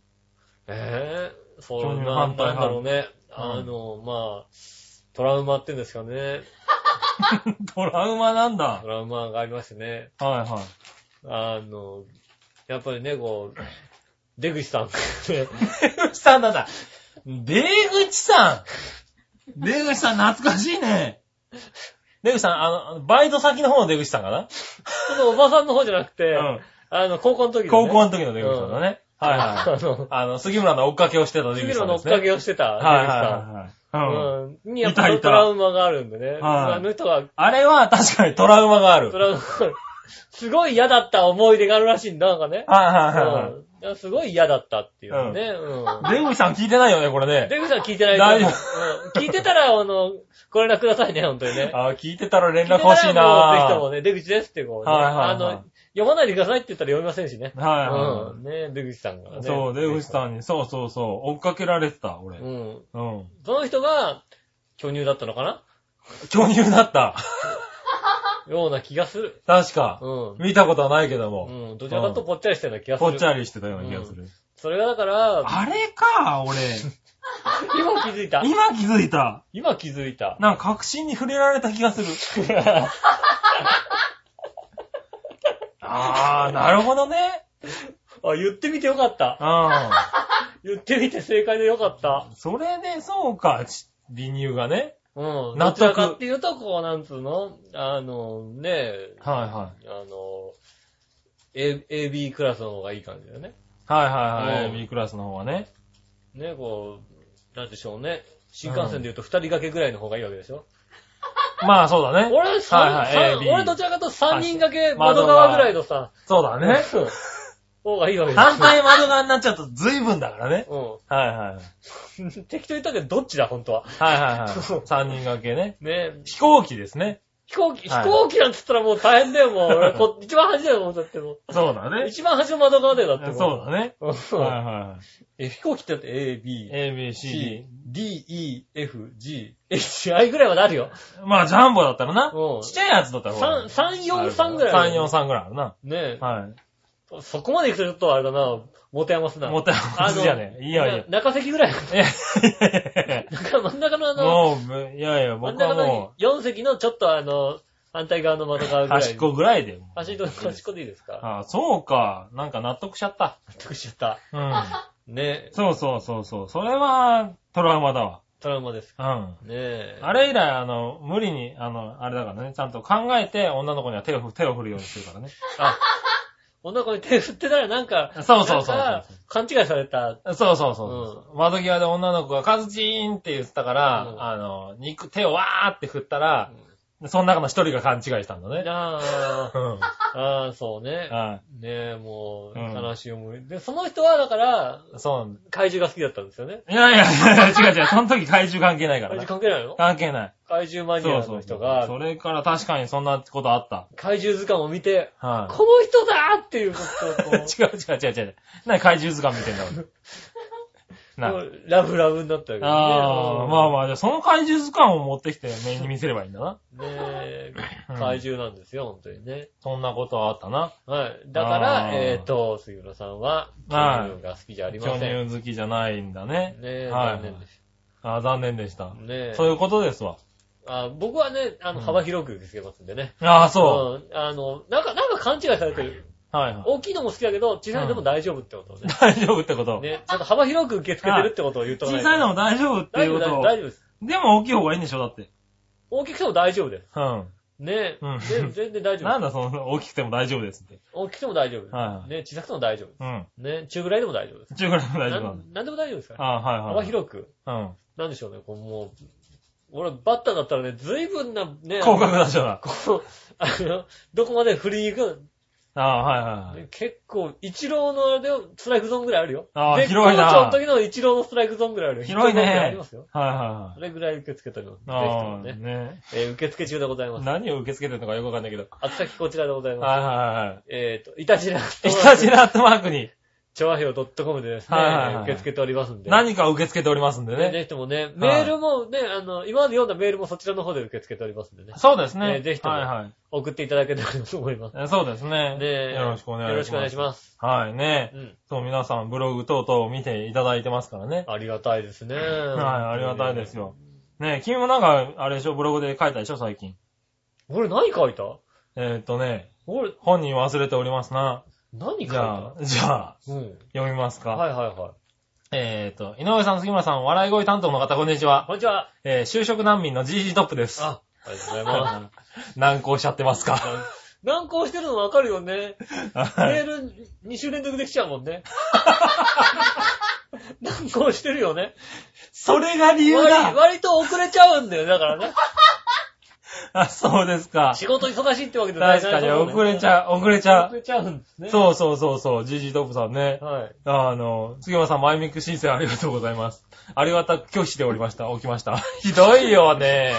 S1: そうなんだろうね。まあ、トラウマって言うんですかね。
S2: トラウマなんだ。
S1: トラウマがありましてね。
S2: はいはい。
S1: やっぱりね、出口さん。
S2: 出口さんなんだ。出口さん懐かしいね。出口さん、バイト先の方の出口さんかな？
S1: そのおばさんの方じゃなくて、高校の時のね。
S2: 高校の時の出口さんだね。はいはい。杉村の追っかけをしてた出口さんですね。
S1: 杉村の追っかけをしてた出口さん。
S2: はい。
S1: やっぱりトラウマがあるんでね。あの人は。
S2: あれは確かにトラウマがある。
S1: トラウマがある。すごい嫌だった思い出があるらしいんだ、なんかね。はい。すごい嫌だったっていうね。
S2: 出口さん聞いてないよね、これね。
S1: 出口さん聞いてない。
S2: 大丈
S1: 夫。聞いてたら、ご連絡くださいね、本当にね。
S2: 聞いてたら連絡欲しいな
S1: ぜひともね、出口ですって読まないでくださいって言ったら読みませんしね。ね、出口さんがね。
S2: そう、出口さんに、そう、追っかけられてた、俺。
S1: その人が、巨乳だったのかな？
S2: 巨乳だった。
S1: ような気がする。
S2: 確か。見たことはないけども。
S1: どちらかとぽっちゃりしてたような気がする。
S2: ぽっちゃりしてたような気がする。
S1: それがだから、
S2: あれか、俺。
S1: 今気づいた。
S2: 今気づいた。なんか確信に触れられた気がする。なるほどね。
S1: 言ってみてよかった。言ってみて正解でよかった。
S2: それで、そうか、離乳がね。
S1: どちらかっていうと、なんつうのねえ。
S2: はい。
S1: AB クラスの方がいい感じだよね。
S2: はいはいはい。AB クラスの方がね。
S1: ね、こう、なんでしょうね。新幹線で言うと2人掛けぐらいの方がいいわけでしょ。
S2: まあそうだね。
S1: 俺、俺どちらかと3人掛け窓側ぐらいのさ。
S2: そうだね。
S1: 方がいいわけですよ。
S2: 反対窓側になっちゃうと随分だからね。はいはい。
S1: 適当に言ったけどどっちだ本当は。
S2: はいはいはい。3人掛けね。
S1: ね。
S2: 飛行機ですね。
S1: 飛行機なんつったらもう大変だよ、もう。俺一番端だよ、もうだってもう。
S2: そうだね。
S1: 一番端の窓側だよ、だってもう。
S2: そうだね。はいはい。
S1: 飛行機ってだって
S2: A、B、C、D、E、F、G、H、I
S1: ぐらいまであるよ。
S2: まあ、ジャンボだったらな。ちっちゃいやつだったら
S1: 3、4、3ぐらい。
S2: 3、4、3ぐらいあるな。
S1: ねえ。
S2: はい。
S1: そこまで行くとちょっとあれだな、持て余すな。
S2: 持て余すじゃねえ。いやいや。
S1: 中席ぐらい。真ん中の
S2: もう、いやいや、僕はも
S1: う。4席のちょっと反対側の窓側ぐらい。
S2: 端っこぐらいで。
S1: 端っこでいいですか？
S2: ああ、そうか。なんか納得しちゃった。
S1: 納得しちゃった。うん。ね。
S2: そうそうそうそう。それは、トラウマだわ。
S1: トラウマです。
S2: うん。
S1: ねえ。
S2: あれ以来、無理に、あれだからね、ちゃんと考えて女の子には手を振るようにするからね。
S1: あ、女の子に手振ってたらなんか、
S2: そうそうそう。
S1: 勘違いされた。
S2: そうそうそう。窓際で女の子がカズチーンって言ってたから、手をわーって振ったら、その中の一人が勘違いしたんだね。 あ
S1: あ、そうね。
S2: ね
S1: え、もう、悲しい思い。で、その人はだから、怪獣が好きだったんですよね。
S2: いやいや、違う。その時怪獣関係ないから。
S1: 怪獣関係ないの？
S2: 関係ない。
S1: 怪獣マニアの人が。
S2: それから確かにそんなことあった。
S1: 怪獣図鑑を見て、この人だっていうことを。
S2: 違う。何怪獣図鑑見てんだろう。
S1: ラブラブになったわけですね。
S2: まあ、じゃあその怪獣図鑑を持ってきて目に見せればいいんだな。
S1: ねえ、怪獣なんですよ、本当にね。
S2: そんなことはあったな。
S1: はい。だから、杉浦さんは、巨乳が好きじゃありません。
S2: 巨乳好きじゃないんだね。
S1: ねえ、残念でした。
S2: 残念でした。ね
S1: え。
S2: そういうことですわ。
S1: 僕はね、幅広く受け付けますんでね。
S2: そう。
S1: なんか勘違いされてる。
S2: はいはい。
S1: 大きいのも好きだけど、小さいのも大丈夫ってことをね。
S2: 大丈夫ってこと
S1: ね。ちゃんと幅広く受け付けてるってことを言うと
S2: 小さいのも大丈夫っていうこと。
S1: 大丈夫です。
S2: でも大きい方がいいんでしょ、だって。
S1: 大きくても大丈夫です。
S2: うん。
S1: ね全然大丈夫。
S2: なんだその大きくても大丈夫ですって。
S1: 大きくても大丈夫です。
S2: はい。
S1: ね小さくても大丈夫です。
S2: うん。
S1: ね中ぐらいでも大丈夫です。
S2: 中ぐらいでも大丈夫
S1: なんでも大丈夫ですから。
S2: はい。
S1: 幅広く。
S2: うん。
S1: なんでしょうね、もう、俺バッターだったらね、随分なね。
S2: 広角だしょな。
S1: どこまで振りに行く。
S2: はい。
S1: 結構、一郎のあれでストライクゾーンぐらいあるよ。
S2: 広いな。
S1: 絶好調の時の一郎のストライクゾーンぐらいあるよ。
S2: 広いね。
S1: ありますよ。
S2: はい。
S1: それぐらい受け付けております。
S2: ぜひともね。
S1: 受付中でございます。
S2: 何を受け付けてるのかよくわかんないけど。
S1: あつ先こちらでございます。
S2: はい。
S1: イタジラ
S2: ットマークに。
S1: チョアヘオ .com でですね、受け付けておりますんで。
S2: 何か受け付けておりますんでね。
S1: ぜひともね、メールもね、今まで読んだメールもそちらの方で受け付けておりますんでね。
S2: そうですね。
S1: ぜひとも、送っていただけたらと思います。
S2: そうですね。
S1: よ
S2: ろしくお願いします。はいね。そう、皆さんブログ等々見ていただいてますからね。
S1: ありがたいですね。はい、
S2: ありがたいですよ。ね君もなんか、あれでしょ、ブログで書いたでしょ、最近。
S1: 俺何書いた？
S2: 本人忘れておりますな。
S1: 何書いた？
S2: じゃあ、読みますか。
S1: はい。
S2: 井上さん、杉村さん、笑い声担当の方、こんにちは。
S1: こんにちは。
S2: 就職難民の GG トップです。
S1: ありがとうございます。
S2: 難航しちゃってますか。
S1: 難航してるのわかるよね。メール2週連続できちゃうもんね。難航してるよね。
S2: それが理由だ。
S1: 割と遅れちゃうんだよ、だからね。
S2: そうですか。
S1: 仕事忙しいってわけじゃない。
S2: 確かに遅れちゃう。
S1: 遅れちゃうんですね。
S2: そう、GG トップさんね。
S1: はい。
S2: 杉村さん、マイミック申請ありがとうございます。ありがたく拒否しておりました。起きました。ひどいよね。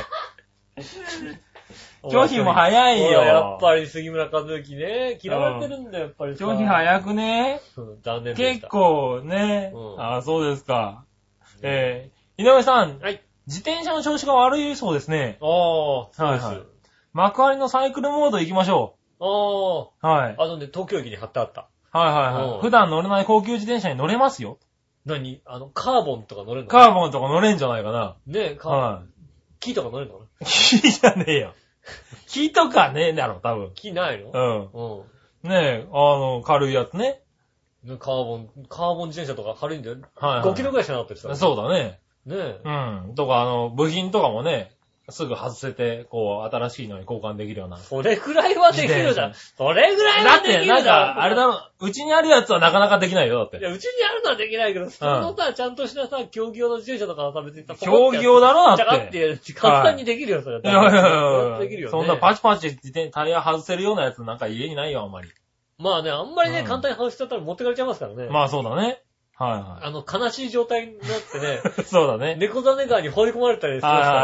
S2: 拒否も早いよ。
S1: やっぱり杉村和之ね。嫌われてるんだよ、やっぱり。
S2: 拒否早くね。
S1: 残念でした。
S2: 結構ね。そうですか。井上さん。
S1: はい。
S2: 自転車の調子が悪いそうですね。
S1: そうです。
S2: 幕張のサイクルモード行きましょう。はい。
S1: 東京駅に貼ってあった。
S2: はい。普段乗れない高級自転車に乗れますよ。
S1: 何カーボンとか乗れるの？
S2: カーボンとか乗れんじゃないかな。
S1: ねえ、カーボン。木とか乗れるの？
S2: 木じゃねえよ。木とかねえだろ、多分。
S1: 木ないの？
S2: ねえ、軽いやつね。
S1: カーボン自転車とか軽いんだよ。5キロぐらいしかなかったですよ。
S2: そうだね。
S1: ねえ。
S2: とか、部品とかもね、 すぐ外せて、こう、新しいのに交換できるような。
S1: それくらいはできるじゃん。それぐらいはできるじゃん。だって、なん
S2: か、あれだろ、うちにあるやつはなかなかできないよ、だって。
S1: いや、うちにあるのはできないけど、そのさ、ちゃんとしたさ、競技用の自転車とかはさ、別にさ、
S2: 競技用だろ、だって。
S1: って簡単にできるよ、それ。い
S2: やいやいや、できるよね。そんなパチパチタイヤ外せるようなやつなんか家にないよ、あんまり。
S1: まあね、あんまりね、簡単に外しちゃったら持ってかれちゃいますからね。
S2: まあそうだね。はいはい。
S1: 悲しい状態になってね。
S2: そうだね。
S1: 猫ザネ川に放り込まれたりしますから、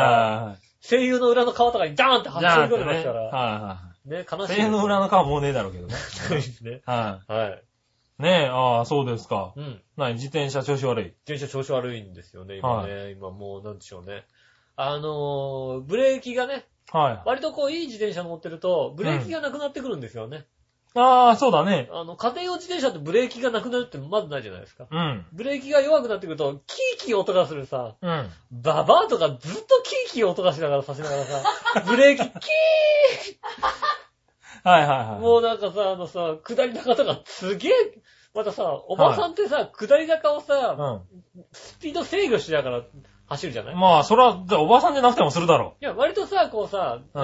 S1: 声優の裏の川とかにダーンって走り込んでますから。はいはい。ね、悲しい。
S2: 声優の裏の川もうねえだろうけどね。
S1: そうですね。
S2: はい。はい。ねえ、ああ、そうですか。うん。自転車調子悪い？
S1: 自転車調子悪いんですよね、今ね。今もう、なんでしょうね。ブレーキがね。はい。割とこう、いい自転車乗ってると、ブレーキがなくなってくるんですよね。
S2: ああ、そうだね。
S1: 家庭用自転車ってブレーキがなくなるってまずないじゃないですか。うん。ブレーキが弱くなってくると、キーキー音がするさ。うん。ババアとかずっとキーキー音がしながらさせながらさ、ブレーキ、キー
S2: はいはいはい。
S1: もうなんかさ、下り坂とかすげえ、またさ、おばさんってさ、はい、下り坂をさ、うん、スピード制御しながら走るじゃない？
S2: まあ、それは、おばさんじゃなくてもするだろ
S1: う。いや、割とさ、こうさ、うん、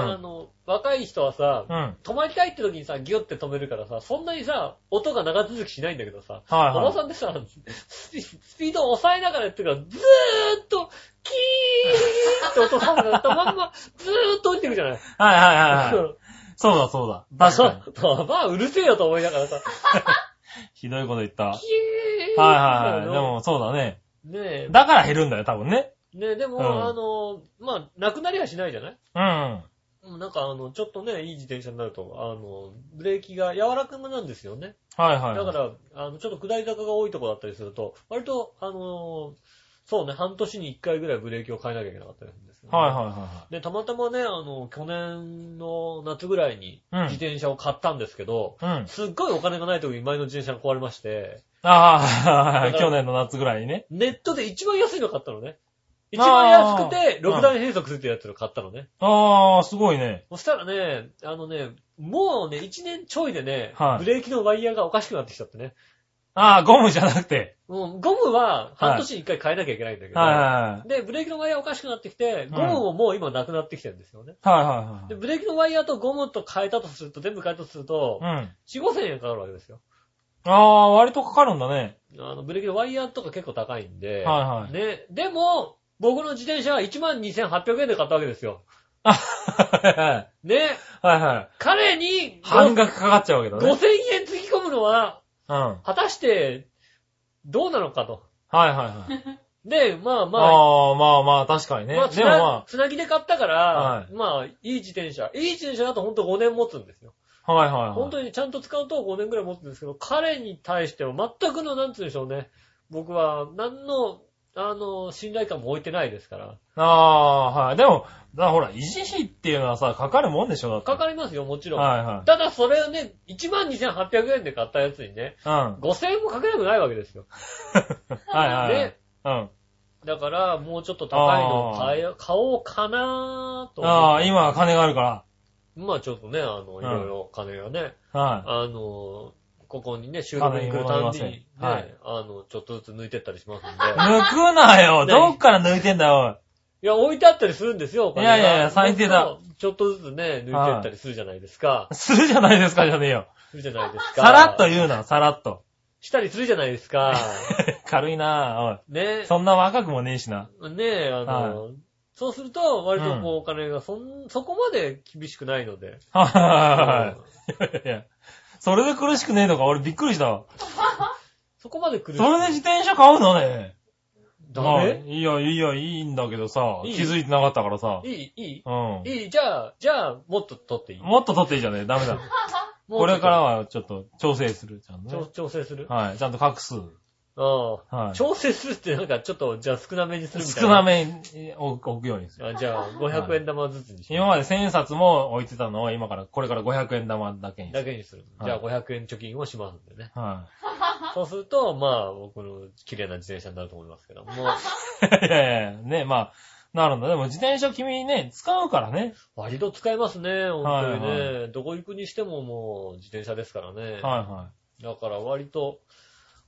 S1: 若い人はさ、うん、止まりたいって時にさ、ギュッて止めるからさ、そんなにさ、音が長続きしないんだけどさ、はいはい、おばさんってさ、スピードを抑えながらやってるから、ずーっと、キーって音が鳴ったまんま、ずーっと降りてくじゃない？
S2: はいはいはいはい。そうだそうだ。確かに。
S1: まあ、うるせえよと思いながらさ。
S2: ひどいこと言った。キーはいはいはい。でも、そうだね。ねえ。だから減るんだよ、多分ね。
S1: ねえ、でも、うん、まあ、なくなりはしないじゃない？うん。なんか、ちょっとね、いい自転車になると、ブレーキが柔らかめなんですよね。はいはい。だから、ちょっと下り坂が多いとこだったりすると、割と、そうね、半年に1回ぐらいブレーキを変えなきゃいけなかったりするんですよね。はいはいはい。で、たまたまね、去年の夏ぐらいに自転車を買ったんですけど、うん、すっごいお金がない時に前の自転車が壊れまして、
S2: ああ、去年の夏ぐらいにね。
S1: ネットで一番安いの買ったのね。一番安くて、6段変速するってやつを買ったのね。
S2: ああ、すごいね。
S1: そしたらね、もうね、1年ちょいでね、はい、ブレーキのワイヤーがおかしくなってきちゃってね。
S2: ああ、ゴムじゃなくて。
S1: うん、ゴムは半年に1回変えなきゃいけないんだけど、はい、で、ブレーキのワイヤーおかしくなってきて、ゴムももう今なくなってきてるんですよね。はいはいはい。で、ブレーキのワイヤーとゴムと変えたとすると、全部変えたとすると、うん、4、5千円かかるわけですよ。
S2: ああ、割とかかるんだね。
S1: ブレーキのワイヤーとか結構高いんで、はいはい。ね、でも、僕の自転車は 12,800 円で買ったわけですよ。はい。ね。はいはい。彼に、
S2: 半額かかっちゃうわけだね。
S1: 5000円つぎ込むのは、うん。果たして、どうなのかと。
S2: はいはいはい。
S1: で、まあま
S2: あ。まあまあ、確かにね。まあ、
S1: でもまあ。つなぎで買ったから、はい、まあ、いい自転車。いい自転車だとほんと5年持つんですよ。はいはいはい。本当にちゃんと使うと5年くらい持つんですけど、彼に対しては全くの、なんつうんでしょうね。僕は、何の、信頼感も置いてないですから。
S2: ああ、はい。でも、ほら、維持費っていうのはさ、かかるもんでしょだって。
S1: かかりますよ、もちろん。はいはい。ただそれをね、12,800 円で買ったやつにね、うん。5,000円もかけなくないわけですよ。はいはい。ね。うん。だから、もうちょっと高いのを買おうかなと。
S2: ああ、今は金があるから。
S1: まあちょっとね、いろいろ金がね、はい。ここにね、収録に来るたんびに、ね、はい、ちょっとずつ抜いてったりしますんで。
S2: 抜くなよ、どっから抜いてんだよ。
S1: いや、置いてあったりするんですよ、お
S2: 金が。いやいや、最低だ。
S1: ちょっとずつね、抜いてったりするじゃないですか。
S2: するじゃないですか、じゃねえよ。
S1: するじゃないですか。
S2: さらっと言うな、さらっと。
S1: したりするじゃないですか。
S2: 軽いなぁ、おい。ね。そんな若くもねえしな。
S1: ねえ、そうすると、割とこう、お金がそこまで厳しくないので。
S2: はい。いやいや。それで苦しくねえのか、俺びっくりしたわ。
S1: そこまで苦しく
S2: それで自転車買うのね。
S1: ダメ？
S2: いや、いいんだけどさ、気づいてなかったからさ。
S1: いいうん。いい、じゃあ、もっと取っていい？
S2: もっと取っていいじゃねえ、ダメだ。これからはちょっと調整する、ちゃんとね。
S1: 調整する？
S2: はい、ちゃんと画数。
S1: はい。調整するってなんかちょっと、じゃあ少なめにするみたい
S2: な。少なめに置くようにする。
S1: じゃあ、500円玉ずつにし
S2: 今まで1000円札も置いてたのをこれから500円玉だけにする。
S1: だけにする。じゃあ500円貯金をしますんでね。はい。そうすると、まあ、僕の綺麗な自転車になると思いますけども。い
S2: やいや、ね、まあ、なるんだ。でも自転車君ね、使うからね。
S1: 割と使いますね、本当にね。はいはい、どこ行くにしてももう自転車ですからね。はいはい。だから割と、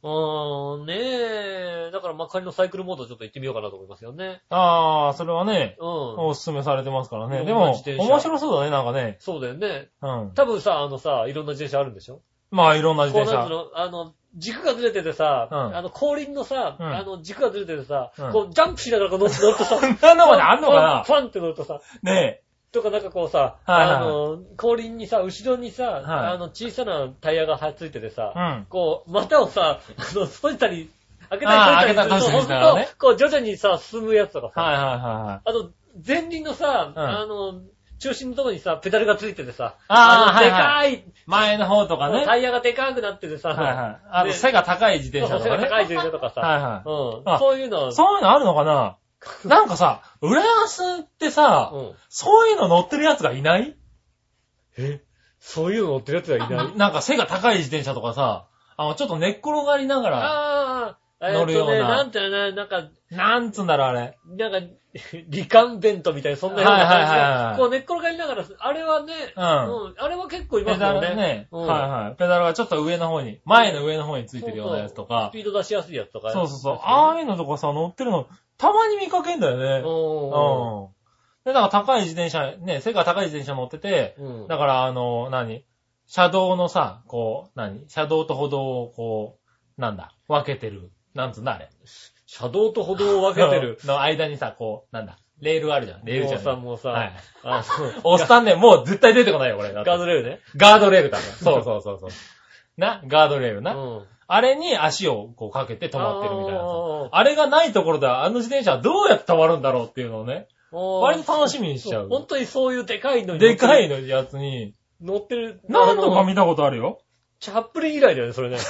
S1: ねえ。だから仮のサイクルモードちょっと行ってみようかなと思いますよね。
S2: ああ、それはね、おすすめされてますからね。でも、面白そうだね、なんかね。
S1: そうだよね。多分さ、いろんな自転車あるんでしょ？
S2: まあ、いろんな自転車。
S1: 軸がずれててさ、後輪のさ、軸がずれててさ、こう、ジャンプしながら乗ってさ、
S2: そんなのまであんのかな？
S1: ファンって乗るとさ、
S2: ねえ。
S1: とかなんかこうさ、後輪にさ、後ろにさ、小さなタイヤがついててさ、こう、股をさ、閉じたり、開けたり閉じたりすると、こう、徐々にさ、進むやつとかさ、前輪のさ、中心のところにさ、ペダルがついててさ、でかい
S2: 前の方とかね。
S1: タイヤがでかくなっててさ、
S2: 背が高い自転車とかね。
S1: 背が高い自転車とかさ、そういうの
S2: あるのかな？なんかさ、浦安ってさ、そういうの乗ってるやつがいない？
S1: そういうの乗ってるやつがいない？
S2: なんか背が高い自転車とかさ、ちょっと寝っ転がりながら乗るような。
S1: なんてなんか、
S2: なんつうんだろうあれ。
S1: なんか、リカンベントみたいな、そんなような感じで、こう寝っ転がりながら、あれはね、あれは結構いますよね。
S2: ペダルね。ペダルがちょっと上の方に、前の上の方についてるようなやつとか。
S1: スピード出しやすいやつとか。
S2: そう。ああいうのとかさ、乗ってるの、たまに見かけんだよね。で、だから高い自転車、ね、背が高い自転車乗ってて、だから、車道のさ、こう、車道と歩道をこう、分けてる。なんつうんだ、あれ。
S1: 車道と歩道を分けてる。
S2: の間にさ、こう、レールがあるじゃん。レールじゃん。
S1: もうさ、
S2: おっさんね、もう絶対出てこないよ、これ。
S1: ガードレールね。
S2: ガードレールだね。そう。ガードレールな。あれに足をこうかけて止まってるみたいな。あれがないところでは、自転車はどうやって止まるんだろうっていうのをね。割と楽しみにしちゃう。
S1: 本当にそういうでかいのに。
S2: でかいのやつに。
S1: 乗ってる。
S2: 何度か見たことあるよ。
S1: チャップリン以来だよね、それね。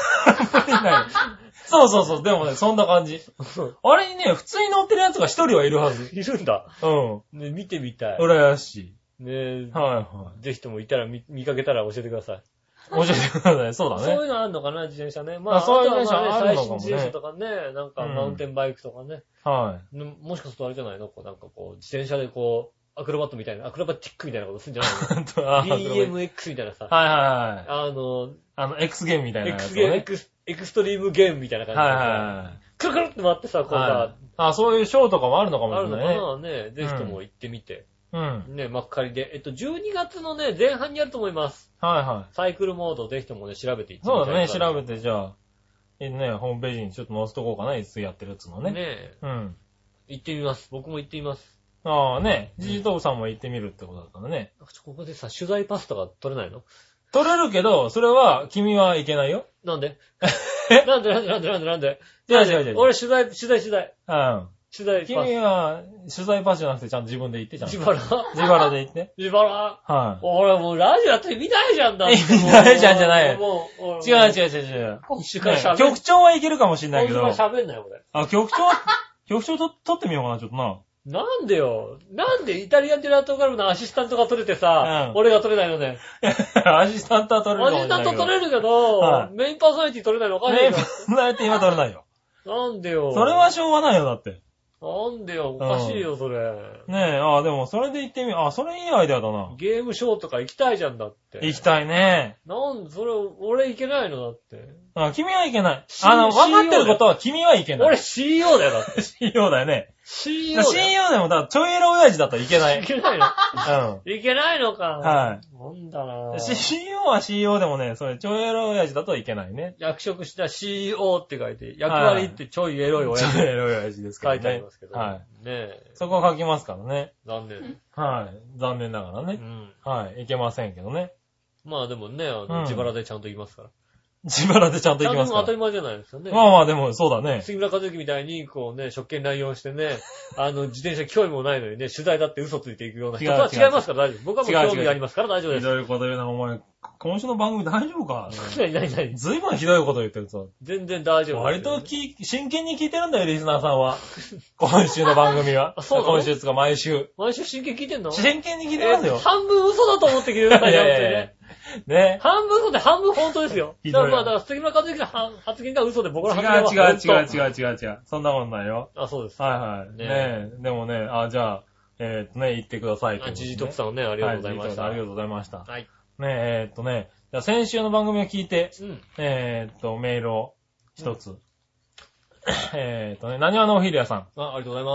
S2: そう。でもね、そんな感じ。あれにね、普通に乗ってるやつが一人はいるはず。
S1: いるんだ。ね、見てみたい。
S2: 羨ましい。
S1: ねぜひともいたら見かけたら教えてください。
S2: 教えてください。そうだね。
S1: そういうのあるのかな、自転車ね。
S2: そういう自転車あるのかもね。
S1: 最新自転車とかね、なんかマウンテンバイクとかね。もしかするとあれじゃないの？なんかこう、自転車でこう、アクロバティックみたいなことするんじゃないの？ BMX みたいなさ。
S2: X ゲームみたいなやつ、
S1: ね。エクストリームゲームみたいな感じで。くるくるって回ってさ、こうさ。
S2: そういうショーとかもあるのかもしれないね。
S1: あるのかなね。ぜひとも行ってみて。ね、幕張で。12月のね、前半にあると思います。サイクルモードぜひともね、調べていってみたい。
S2: そうだね、調べて、じゃあ、ホームページにちょっと載せとこうかな、いつやってるやつのね。
S1: ね行ってみます。僕も行ってみます。
S2: ジジトーブさんも行ってみるってことだったらね。
S1: ここでさ、取材パスとか取れないの？
S2: 取れるけど、それは、君はいけないよ。
S1: なんでなんで俺取材。
S2: 君は、取材パスじゃなくてちゃんと自分で行って、ちゃんと。
S1: 自
S2: 腹で行って。
S1: 自腹俺もうラジオやって見ないじゃんだって。
S2: 見ないじゃんじゃないよ。違う。局長はいけるかもしんないけど。
S1: 喋んないよ、俺。
S2: 局長取ってみようかな、ちょっとな。
S1: なんでよ。なんでイタリアンジェラートガルのアシスタントが取れてさ、俺が取れないのね。
S2: アシスタントは取れるかもしれない。
S1: アシスタント取れるけど、メインパーソナリティ取れないのおかしいよ。
S2: メインパーソナリティは取れないよ。
S1: なんでよ。
S2: それはしょうがないよ、だって。
S1: なんでよ、おかしいよ、それ。
S2: ねえ、でもそれで行ってみよう。それいいアイデアだな。
S1: ゲームショーとか行きたいじゃんだって。
S2: 行きたいね。
S1: それ、俺行けないのだって。
S2: 君はいけない。分かってることは君はいけない。
S1: 俺 CEO だよ、だって。
S2: CEO だよね。
S1: CEO
S2: でも、ちょいエロ親父だったらいけない。
S1: いけないのいけないのか。なんだな
S2: CEO は CEO でもね、それちょいエロ親父だといけないね。
S1: 役職した CEO って書いて、役割ってちょいエロい親父。
S2: ちょいエロい親父ですから
S1: ね。書いてありますけど。ね
S2: そこは書きますからね。
S1: 残念。
S2: 残念ながらね。いけませんけどね。
S1: まあでもね、自腹でちゃんと言いますから。
S2: 自腹でちゃんと行きますから。
S1: 当たり前じゃないですよね。
S2: でもそうだね。
S1: 杉村和之みたいに、こうね、職権乱用してね、自転車興味もないのにね、取材だって嘘ついていくような人とは違いますから大丈夫。僕はもう興味ありますから大丈夫です。
S2: ひどいこと言うな、お前。今週の番組大丈夫か？
S1: 何
S2: ずいぶんひどいこと言ってるぞ。
S1: 全然大丈夫。
S2: 割と真剣に聞いてるんだよ、リスナーさんは。今週の番組は。
S1: そう
S2: 今週つか毎週。
S1: 毎週真剣に聞いてんの？
S2: 真剣に聞いてますよ。
S1: 半分嘘だと思って聞いてるからね。
S2: ね。
S1: 半分嘘で半分本当ですよ。だから杉村和之の発言が嘘で僕の発言は本当。
S2: 違う。そんなことないよ。
S1: そうです。
S2: ねでもね、じゃあ、言ってください。
S1: ジジトクさんをね、ありがとうございました。
S2: ありがとうございました。
S1: はい。
S2: ね、先週の番組を聞いて、メールを一つ。何話のおひりやさん。
S1: ありがとうございます。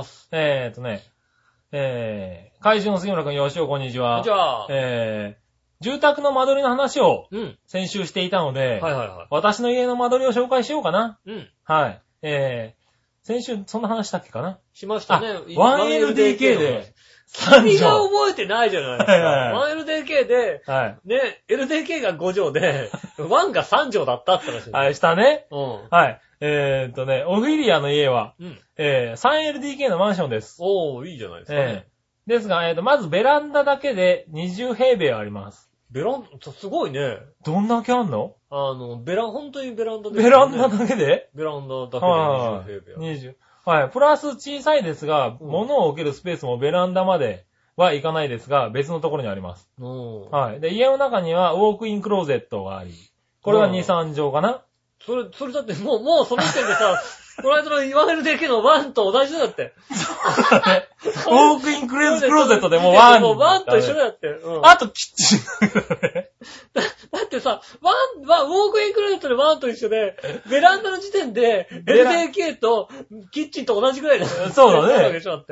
S2: 怪獣の杉村くん、よしお、こんにちは。
S1: こんにちは。
S2: 住宅の間取りの話を、先週していたので、私の家の間取りを紹介しようかな。はい。先週、そんな話したっけかな
S1: しましたね。
S2: 1LDK で、
S1: 君が覚えてないじゃないですか。1LDK で、ね、LDK が5畳で、1が3畳だったって話。
S2: はい、したね。はい。オフィリアの家は、3LDK のマンションです。
S1: おー、いいじゃないですかね。
S2: ですが、まずベランダだけで20平米あります。
S1: すごいね。
S2: どんだけあんの？
S1: 本当にベランダで、
S2: ベランダだけで？
S1: ベランダだけで20平米。
S2: 20。はい。プラス小さいですが、物を置けるスペースもベランダまではいかないですが、別のところにあります。はい。で、家の中にはウォークインクローゼットがあり、これは2、3畳かな？
S1: それだってもうその時点でさ、この間の言われるだけの1と同じだって。
S2: そうだね。ウォークインクローゼットでもう1。
S1: もう1と一緒だって。
S2: あとキッチンだね。
S1: だってさ、ウォークインクローゼットで1と一緒で、ベランダの時点で LDK とキッチンと同じぐらいだ。
S2: そうだね。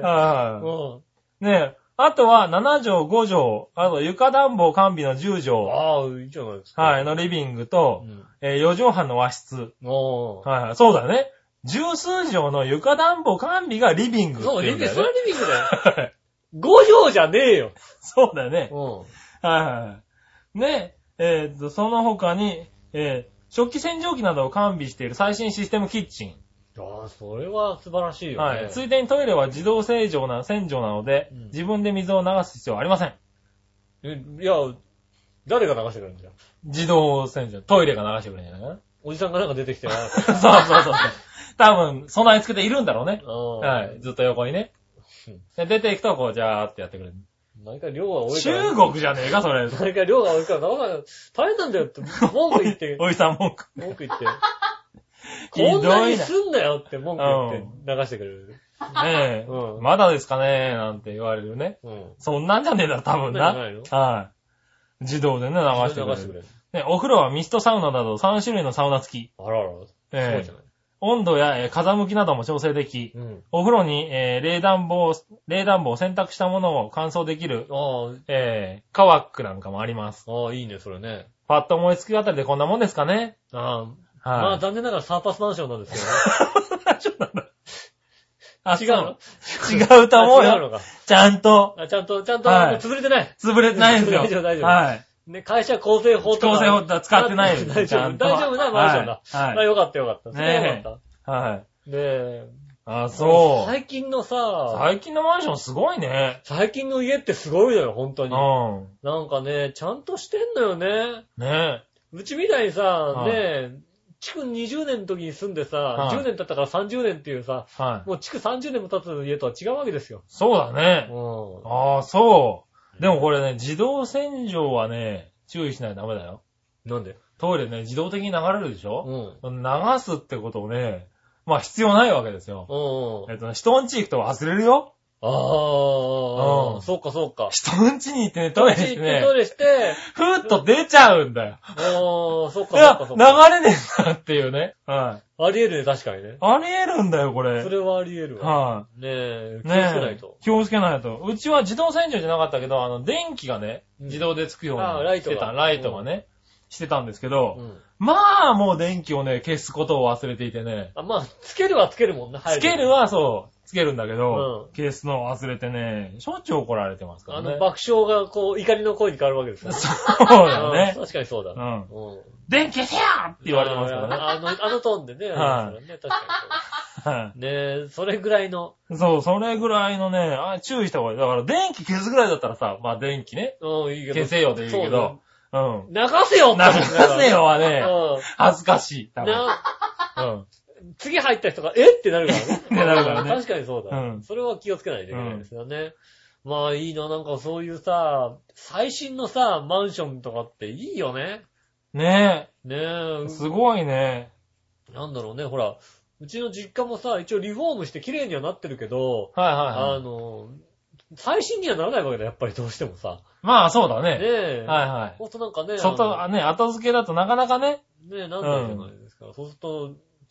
S2: ねえ。あとは7畳、5畳、あと床暖房完備の10畳。
S1: ああ、いいじゃないですか。
S2: はい、のリビングと、4畳半の和室。はい、そうだね。十数畳の床暖房完備がリビングっていうんだよね。
S1: そう、それはリビングだよ。5畳じゃねえよ。
S2: そうだね。はい。ね、その他に、食器洗浄機などを完備している最新システムキッチン。
S1: ああ、それは素晴らしいよね。
S2: はい。ついでにトイレは自動洗浄なので、自分で水を流す必要はありません。
S1: いや、誰が流してくれるんだよ。
S2: 自動洗浄。トイレが流してくれるんじゃないかな。
S1: おじさんがなんか出てきてな。
S2: そう。多分、備え付けているんだろうね。はい。ずっと横にね。出ていくと、こう、ジャーってやってくれる。
S1: 何か量が多いから。
S2: 中国じゃねえか、それ。
S1: 何か量が多いから、大変なんだよって、文句言って。
S2: おじさん文句
S1: 言って。こんなにすんなよって文句言って流してくれる。
S2: ねえ。まだですかねなんて言われるね。そんなんじゃねえだろ、多分な。はい。自動でね、流してくれる。ね、お風呂はミストサウナなど3種類のサウナ付き。
S1: あらら。すごいじゃない。
S2: 温度や風向きなども調整でき、お風呂に、冷暖房を洗濯したものを乾燥できる、カワックなんかもあります。
S1: ああ、いいね、それね。
S2: パッと思いつきあたりでこんなもんですかね。
S1: ああ。まあ、残念ながらサーパスマンションなんですけどね。
S2: サーパスマンションなんだ。あ、
S1: 違うの？
S2: 違うと思うよ。違うのか。ちゃんと、
S1: 潰れてない。
S2: 潰れてないですよ。
S1: 大丈夫。
S2: はい。
S1: ね、会社構成法とか。
S2: 構成法使ってないです。
S1: 大丈夫なマンションだ。はい。まあ、よかった。それはよかった。
S2: はい。
S1: で、
S2: あ、そう。
S1: 最近の
S2: マンションすごいね。
S1: 最近の家ってすごいのよ、本当に。なんかね、ちゃんとしてんのよね。
S2: ね
S1: うちみたいにさ、ね、築20年の時に住んでさ、10年経ったから30年っていうさ、もう築30年も経つ家とは違うわけですよ。
S2: そうだね。ああ、そう。でもこれね、自動洗浄はね、注意しないとダメだよ。
S1: なんで？
S2: トイレね、自動的に流れるでしょ？流すってことをね、まあ必要ないわけですよ。人んち行くと忘れるよ。
S1: そうか。
S2: 人んちに行ってね、トイレして、ふーっと出ちゃうんだよ。
S1: そうか。
S2: いや、流れねえんだっていうね。
S1: はい。あり得るね、確かにね。
S2: あり得るんだよ、これ。
S1: それはあり得るわ。
S2: はい。
S1: ねえ、気をつけないと。
S2: 気をつけないと。うちは自動洗浄じゃなかったけど、電気がね、自動でつくようにしてた。ライトがね、してたんですけど、まあ、もう電気をね、消すことを忘れていてね。
S1: まあ、つけるはつけるもんな、
S2: つけるはそう、つけるんだけど、消すのを忘れてね、しょっちゅう怒られてますからね。
S1: 爆笑がこう、怒りの声に変わるわけですよね。
S2: そうだよね。
S1: 確かにそうだ。
S2: 電気消せよって言われてますからね。
S1: あのトーンでね。確かにそう。ねえ、それぐらいの。
S2: そう、それぐらいのね、注意した方がいい。だから電気消すぐらいだったらさ、まあ電気ね。消せよでいいけど。
S1: 流せよ
S2: って流せよはね、恥ずかしい。
S1: 次入った人が、ってなるからね。
S2: ってなるからね。
S1: 確かにそうだ。それは気をつけないといけないですよね。まあいいな、なんかそういうさ、最新のさ、マンションとかっていいよね。
S2: ねえ。
S1: ねえ。
S2: すごいね。
S1: なんだろうね、ほら、うちの実家もさ、一応リフォームして綺麗にはなってるけど、最新にはならないわけだ、やっぱりどうしてもさ。
S2: まあそうだね。
S1: ねえ。
S2: はいはい。
S1: ほんとなんかね。
S2: 後付けだとなかなかね。
S1: ねえ、なんだじゃないですか。そうすると、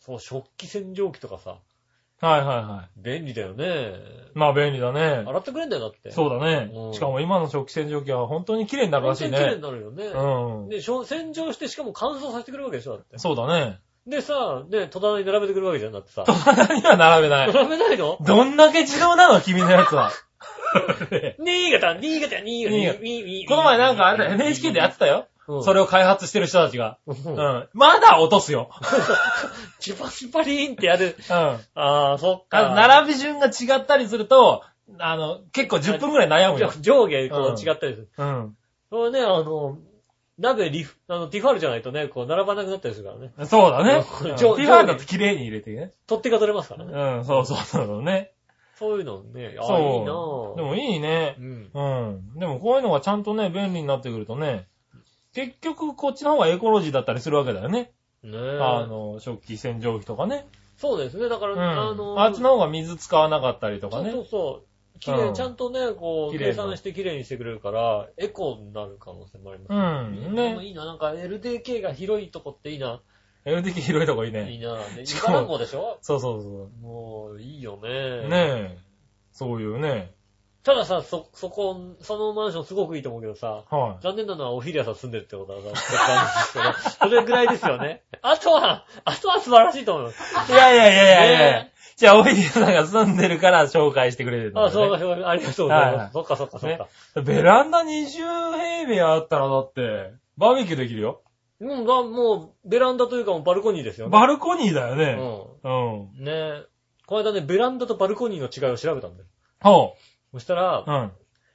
S1: そう、食器洗浄機とかさ。
S2: はいはいはい。
S1: 便利だよね。
S2: まあ便利だね。
S1: 洗ってくれんだよ、だって。
S2: そうだね。しかも今の食器洗浄機は本当に綺麗になるらしいね。
S1: 本当に綺麗になるよね。
S2: うん。
S1: で、洗浄してしかも乾燥させてくれるわけでしょ、だって。
S2: そうだね。
S1: でさ、ね、戸棚に並べてくるわけじゃん、だってさ。
S2: 戸棚には並べない。
S1: 並べないの？
S2: どんだけ自動なの君のやつは。
S1: 新潟。こ
S2: の前なんかあれだ、NHK でやってたよ。それを開発してる人たちが。まだ落とすよ。
S1: チュパチュパリーンってやる。ああ、そっか。
S2: 並び順が違ったりすると、結構10分くらい悩むよ。
S1: 上下こう違ったりする。それね、鍋ティファールじゃないとね、こう並ばなくなったりするからね。
S2: そうだね。ティファールだと綺麗に入れてね。
S1: 取っ手が取れますからね。
S2: そうね。
S1: そういうのね、いいな
S2: ぁ。でもいいね。でもこういうのがちゃんとね、便利になってくるとね、結局こっちの方がエコロジーだったりするわけだよね。食器洗浄機とかね。
S1: そうですね。だから、
S2: あっちの方が水使わなかったりとかね。
S1: そう。綺麗、ちゃんとね、こう、計算して綺麗にしてくれるから、エコになる可能性もありますね。でもいいな。なんか LDK が広いとこっていいな。
S2: LDK 広いとこいいね。
S1: いいな。しかもでしょ？
S2: そう。
S1: もう、いいよね。
S2: ねえ。そういうね。
S1: たださ、そのマンションすごくいいと思うけどさ、残念なのはオフィリアさん住んでるってことはさ、それぐらいですよね。あとは素晴らしいと思います。
S2: いや。じゃあ、オフィリアさんが住んでるから紹介してくれるんだ、ね。
S1: そうか、ありがとうございます。そっか。
S2: ベランダ20平米あったらだって、バーベキューできるよ。
S1: もう、ベランダというかもうバルコニーですよね。
S2: バルコニーだよね。
S1: ねえ。この間ね、ベランダとバルコニーの違いを調べたんだ
S2: よ。
S1: そしたら、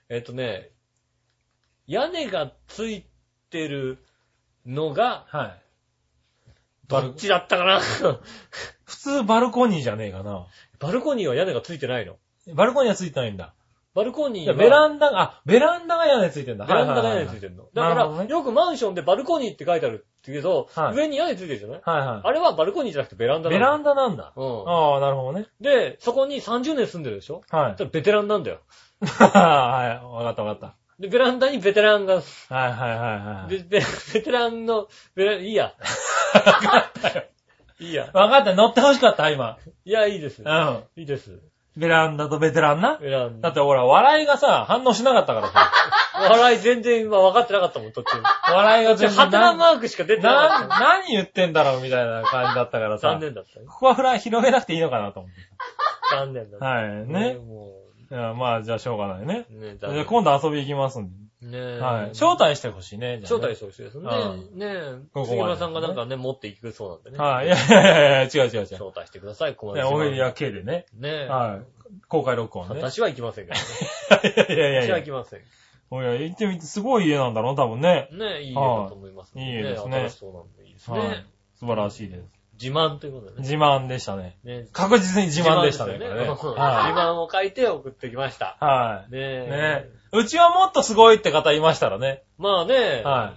S1: 屋根がついてるのが、どっちだったかな
S2: 普通バルコニーじゃねえかな。
S1: バルコニーは屋根がついてないの。
S2: バルコニーはついてないんだ。
S1: バルコニーは。
S2: ベランダが屋根ついてんだ。
S1: ベランダが屋根ついてんの。だから、よくマンションでバルコニーって書いてあるけど、上に屋根ついてるじゃない？あれはバルコニーじゃなくてベランダなんだ。
S2: ベランダなんだ。ああ、なるほどね。
S1: で、そこに30年住んでるでしょ？ベテランなんだよ。
S2: はい、わかった。
S1: で、ベランダにベテランが。
S2: はい。
S1: ベテランの、いいや。
S2: わかったよ。
S1: いいや。
S2: わかった、乗ってほしかった、今。
S1: いや、いいです。いいです。
S2: ベランダとベテランな。だってほら、笑いがさ、反応しなかったからさ。
S1: 笑い全然分かってなかったもん、途中。
S2: 笑いが全然。
S1: ハテナマークしか出てなかった。
S2: 何言ってんだろうみたいな感じだったからさ。
S1: 残念だったね。
S2: ここは広げなくていいのかなと思って。
S1: 残念だった。
S2: はい、ね。いや、まあ、じゃあしょうがないね。じゃあ今度遊び行きますんで。はい。招待してほしいね。
S1: 招待してほしいですね。ねえ。杉村さんがなんかね、持っていくそうなんでね。
S2: はい。いや、違う。
S1: 招待してください、
S2: 小松さん。オフィリア系でね。
S1: ねえ。
S2: はい。公開録音ね。
S1: 私は行きませんけどね。
S2: いや。
S1: 私は行きません。
S2: いや、行ってみて、すごい家なんだろう、多分ね。
S1: ねえ、いい家だと思います。
S2: いい家ですね。
S1: 新しそうなんでいいですね。
S2: 素晴らしいです。
S1: 自慢ということでね。
S2: 自慢でしたね。確実に自慢でしたね。自
S1: 慢を書いて送ってきました。
S2: はい。
S1: ねえ。
S2: うちはもっとすごいって方いましたらね。
S1: まあね。
S2: はい。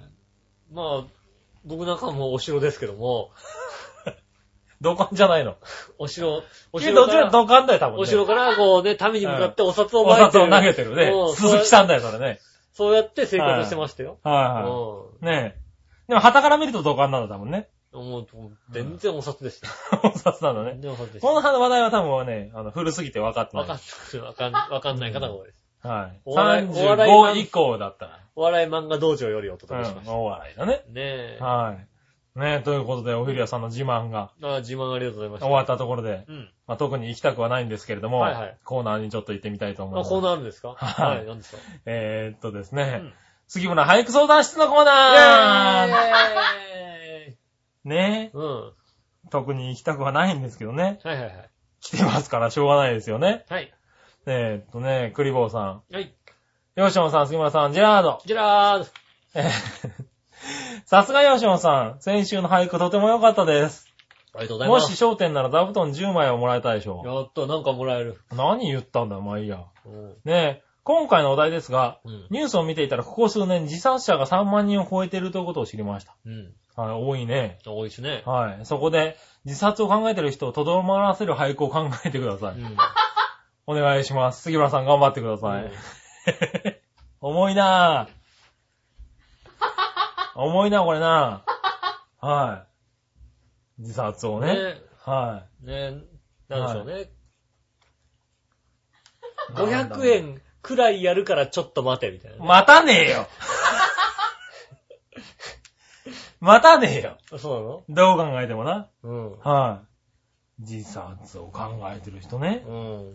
S1: まあ、僕なんかもお城ですけども。
S2: 土管じゃないの。
S1: お城
S2: どっちら土管だよ、多分ね。
S1: お城からこうね、民に向かってお札を
S2: お札を投げてるね。鈴木さんだよ、それね。
S1: そうやって生活してましたよ。
S2: はい。ねえ。でも、旗から見ると土管なんだ、多分ね。
S1: もう、全然お札でした。
S2: お札なんだね。この話題は多分ね、古すぎて分かってない。
S1: 分かんない方が多いです。
S2: はい。35以降だったら。
S1: お笑い漫画道場よりお届けしました。
S2: お笑いだね。
S1: ねえ。
S2: はい。ねえ、ということで、オフィリアさんの自慢が。
S1: 自慢ありがとうございました。
S2: 終わったところで。まあ、特に行きたくはないんですけれども、コーナーにちょっと行ってみたいと思います。
S1: コーナーあるんですか？はい。何ですか？
S2: ですね。杉村俳句相談室のコーナーねえ。特に行きたくはないんですけどね。
S1: はい。
S2: 来てますからしょうがないですよね。
S1: はい。
S2: クリボーさん。
S1: はい。
S2: ヨシオンさん、杉村さん、ジェラード。
S1: ジェラード。
S2: さすがヨシオンさん、先週の俳句とても良かったです。
S1: ありがとうございます。
S2: もし商店なら座布団10枚をもらえたでしょう。
S1: やった、なんかもらえる。
S2: 何言ったんだよ、まあいいや。ねえ、今回のお題ですが、ニュースを見ていたらここ数年自殺者が3万人を超えているということを知りました。はい、多いね。
S1: 多いですね。
S2: はい。そこで、自殺を考えている人をとどまらせる俳句を考えてください。お願いします。杉村さん頑張ってください。重いなぁ。重いな、これな。はい。自殺をね。 はい。
S1: ね、なんでしょうね。500円くらいやるからちょっと待てみたいな、ね。
S2: 待たねえよ待たねえよ。
S1: そうな
S2: の？どう考えてもな。
S1: うん。
S2: はい。自殺を考えてる人ね。
S1: うん。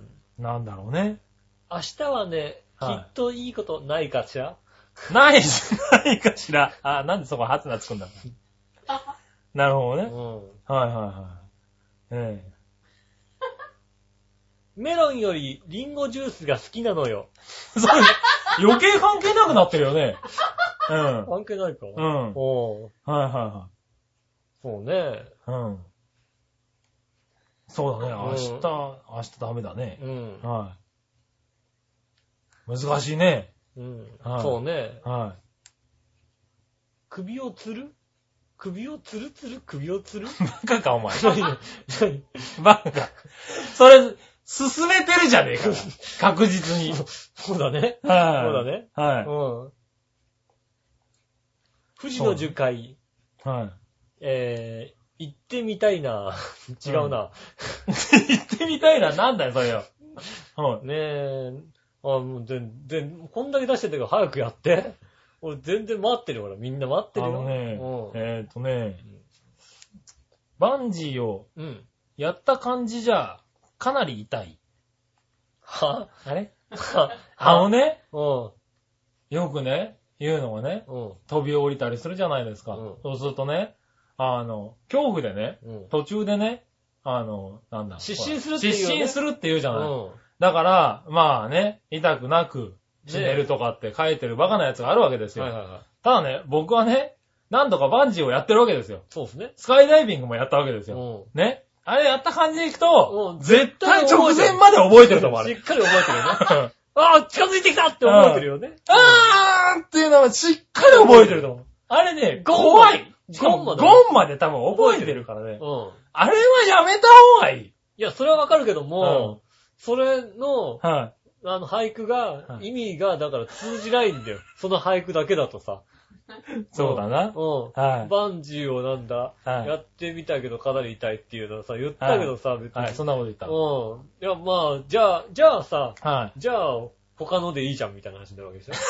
S2: なんだろうね。
S1: 明日はね、きっといいことないかしら？
S2: ないかしら。あ、なんでそこハツナつくんだろう。なるほどね。うん。はいはいはい。
S1: メロンよりリンゴジュースが好きなのよ。
S2: そう、余計関係なくなってるよね。うん。
S1: 関係ないか。
S2: うん。はいはいはい。
S1: そうね。
S2: うん。そうだね。明日ダメだね。
S1: うん。
S2: はい。難しいね。
S1: うん。はい、そうね。
S2: はい。
S1: 首をつる首をつる
S2: バカかお前。バカ。それ、進めてるじゃねえか。確実に。
S1: そうだね。
S2: はい。
S1: そうだね。
S2: はい。
S1: うん。富士の樹海。
S2: はい。
S1: 行ってみたいな。違うな。
S2: 行ってみたいな。なんだよ、それよ。
S1: はい。ねえ。もうこんだけ出してたけど早くやって。俺全然待ってるから、みんな待ってるよ。
S2: バンジーを、やった感じじゃ、かなり痛い。
S1: は？
S2: あれね、よくね、言うのがね、飛び降りたりするじゃないですか。そうするとね、恐怖でね、途中でね、なんだ。
S1: 失神するっていう、ね。
S2: 失神するって言うじゃない。だから、まあね、痛くなく死ねるとかって書いてるバカなやつがあるわけですよ。ただね、僕はね、何度かバンジーをやってるわけですよ。
S1: そうですね。
S2: スカイダイビングもやったわけですよ。ね。あれやった感じでいくと、絶対直前まで覚えてると思う。
S1: しっかり覚えてるよね。ああ、近づいてきたって覚えてるよね。
S2: あーっていうのはしっかり覚えてると思う。あれね、怖い。ゴンまで多分覚えてるからね。あれはやめた方がいい。
S1: いや、それはわかるけども、それの、俳句が、意味が、だから通じないんだよ。その俳句だけだとさ。
S2: そうだな。
S1: バンジーをなんだ、やってみたけどかなり痛いっていうのはさ、言ったけどさ、別に。
S2: はい、そんなこと言った。
S1: いや、まあ、じゃあさ、じゃあ、他のでいいじゃんみたいな話になるわけでしょ。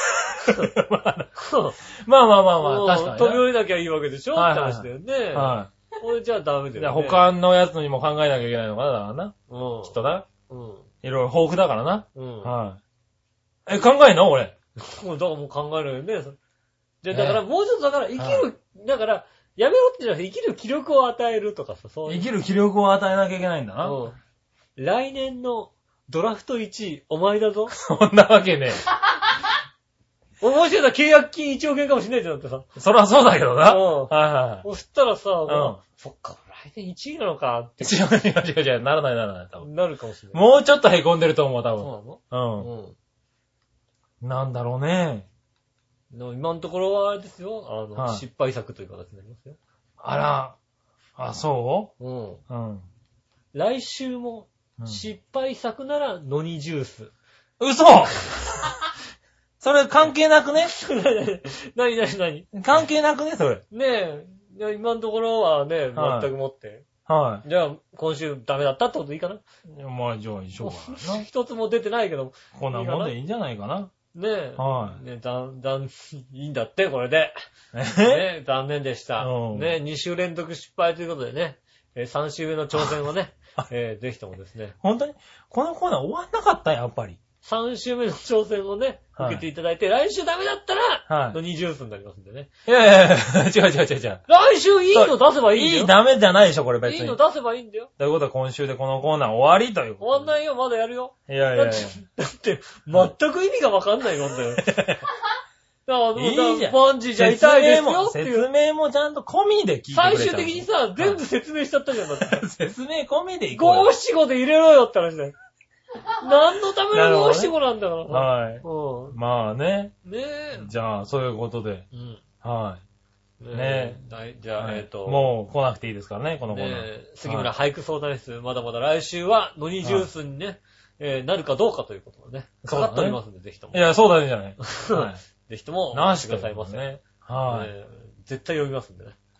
S2: まあ、確かに。
S1: 飛び降りなきゃいいわけでしょって話だよね。これじゃあダメだよね。
S2: じゃあ他のやつにも考えなきゃいけないのかな、だからな。きっとな。いろいろ豊富だからな。考えんの俺。
S1: だからもう考えるよね。だからもうちょっとだから生きる、だからやめろってじゃなくて生きる気力を与えるとかさ、そういう。
S2: 生きる気力を与えなきゃいけないんだな。
S1: 来年のドラフト1位、お前だぞ。
S2: そんなわけねえ。
S1: 面白いな、契約金1億円かもしれないじゃんってさ。
S2: そらそうだけどな。
S1: そしたらさ、そっか、来年1位なのかって。
S2: 違う、ならない、多分。
S1: なるかもしれない。
S2: もうちょっと凹んでると思う、多分。
S1: そうなの？
S2: なんだろうね。
S1: 今のところはあれですよ。失敗作という形になりますよ。
S2: あら。あ、そう？
S1: 来週も失敗作ならノニジュース。
S2: 嘘それ関係なくね
S1: 何
S2: 関係なくねそれ。
S1: ねえ、今のところはね、全くもって。じゃあ、今週ダメだったってことでいいかな？
S2: まあ、じゃあ、しょうがないな。
S1: 一つも出てないけど。
S2: こんなもんでいいんじゃないかな。
S1: ねえ。ねいいんだって、これで。ね残念でした。ね2週連続失敗ということでね。3週目の挑戦をね。ぜひともですね。
S2: 本当にこのコーナー終わんなかったやっぱり。
S1: 3週目の挑戦をね、受けていただいて、来週ダメだったら、ノニジュースになりますんでね。
S2: いや、違う。
S1: 来週いいの出せばいいんだよ。
S2: いいダメじゃないでしょ、これ別に。
S1: いいの出せばいいんだよ。
S2: ということは今週でこのコーナー終わりということ。
S1: 終わんないよ、まだやるよ。
S2: いや。
S1: だって、全く意味がわかんないもんだよ。
S2: いいじゃん。
S1: バンジーじゃ痛いですよっていう。
S2: 説明もちゃんと込みで聞いてくれた。
S1: 最終的にさ、全部説明しちゃったじゃん、だって。
S2: 説明込みでいこう。
S1: 五七五で入れろよって話だよ。何のための五七五なんだからさ。
S2: はい。まあね。
S1: ねえ。
S2: じゃあ、そういうことで。はい。ね
S1: え。じゃあ、
S2: もう来なくていいですからね、このコーナー。
S1: 杉村俳句相談室、まだまだ来週はノニジュースにね、なるかどうかということがね、かかっておりますんで、ぜひとも。
S2: いや、そうだねじゃない。
S1: ぜひとも、してくださいませ。
S2: はい。
S1: 絶対読みますんでね。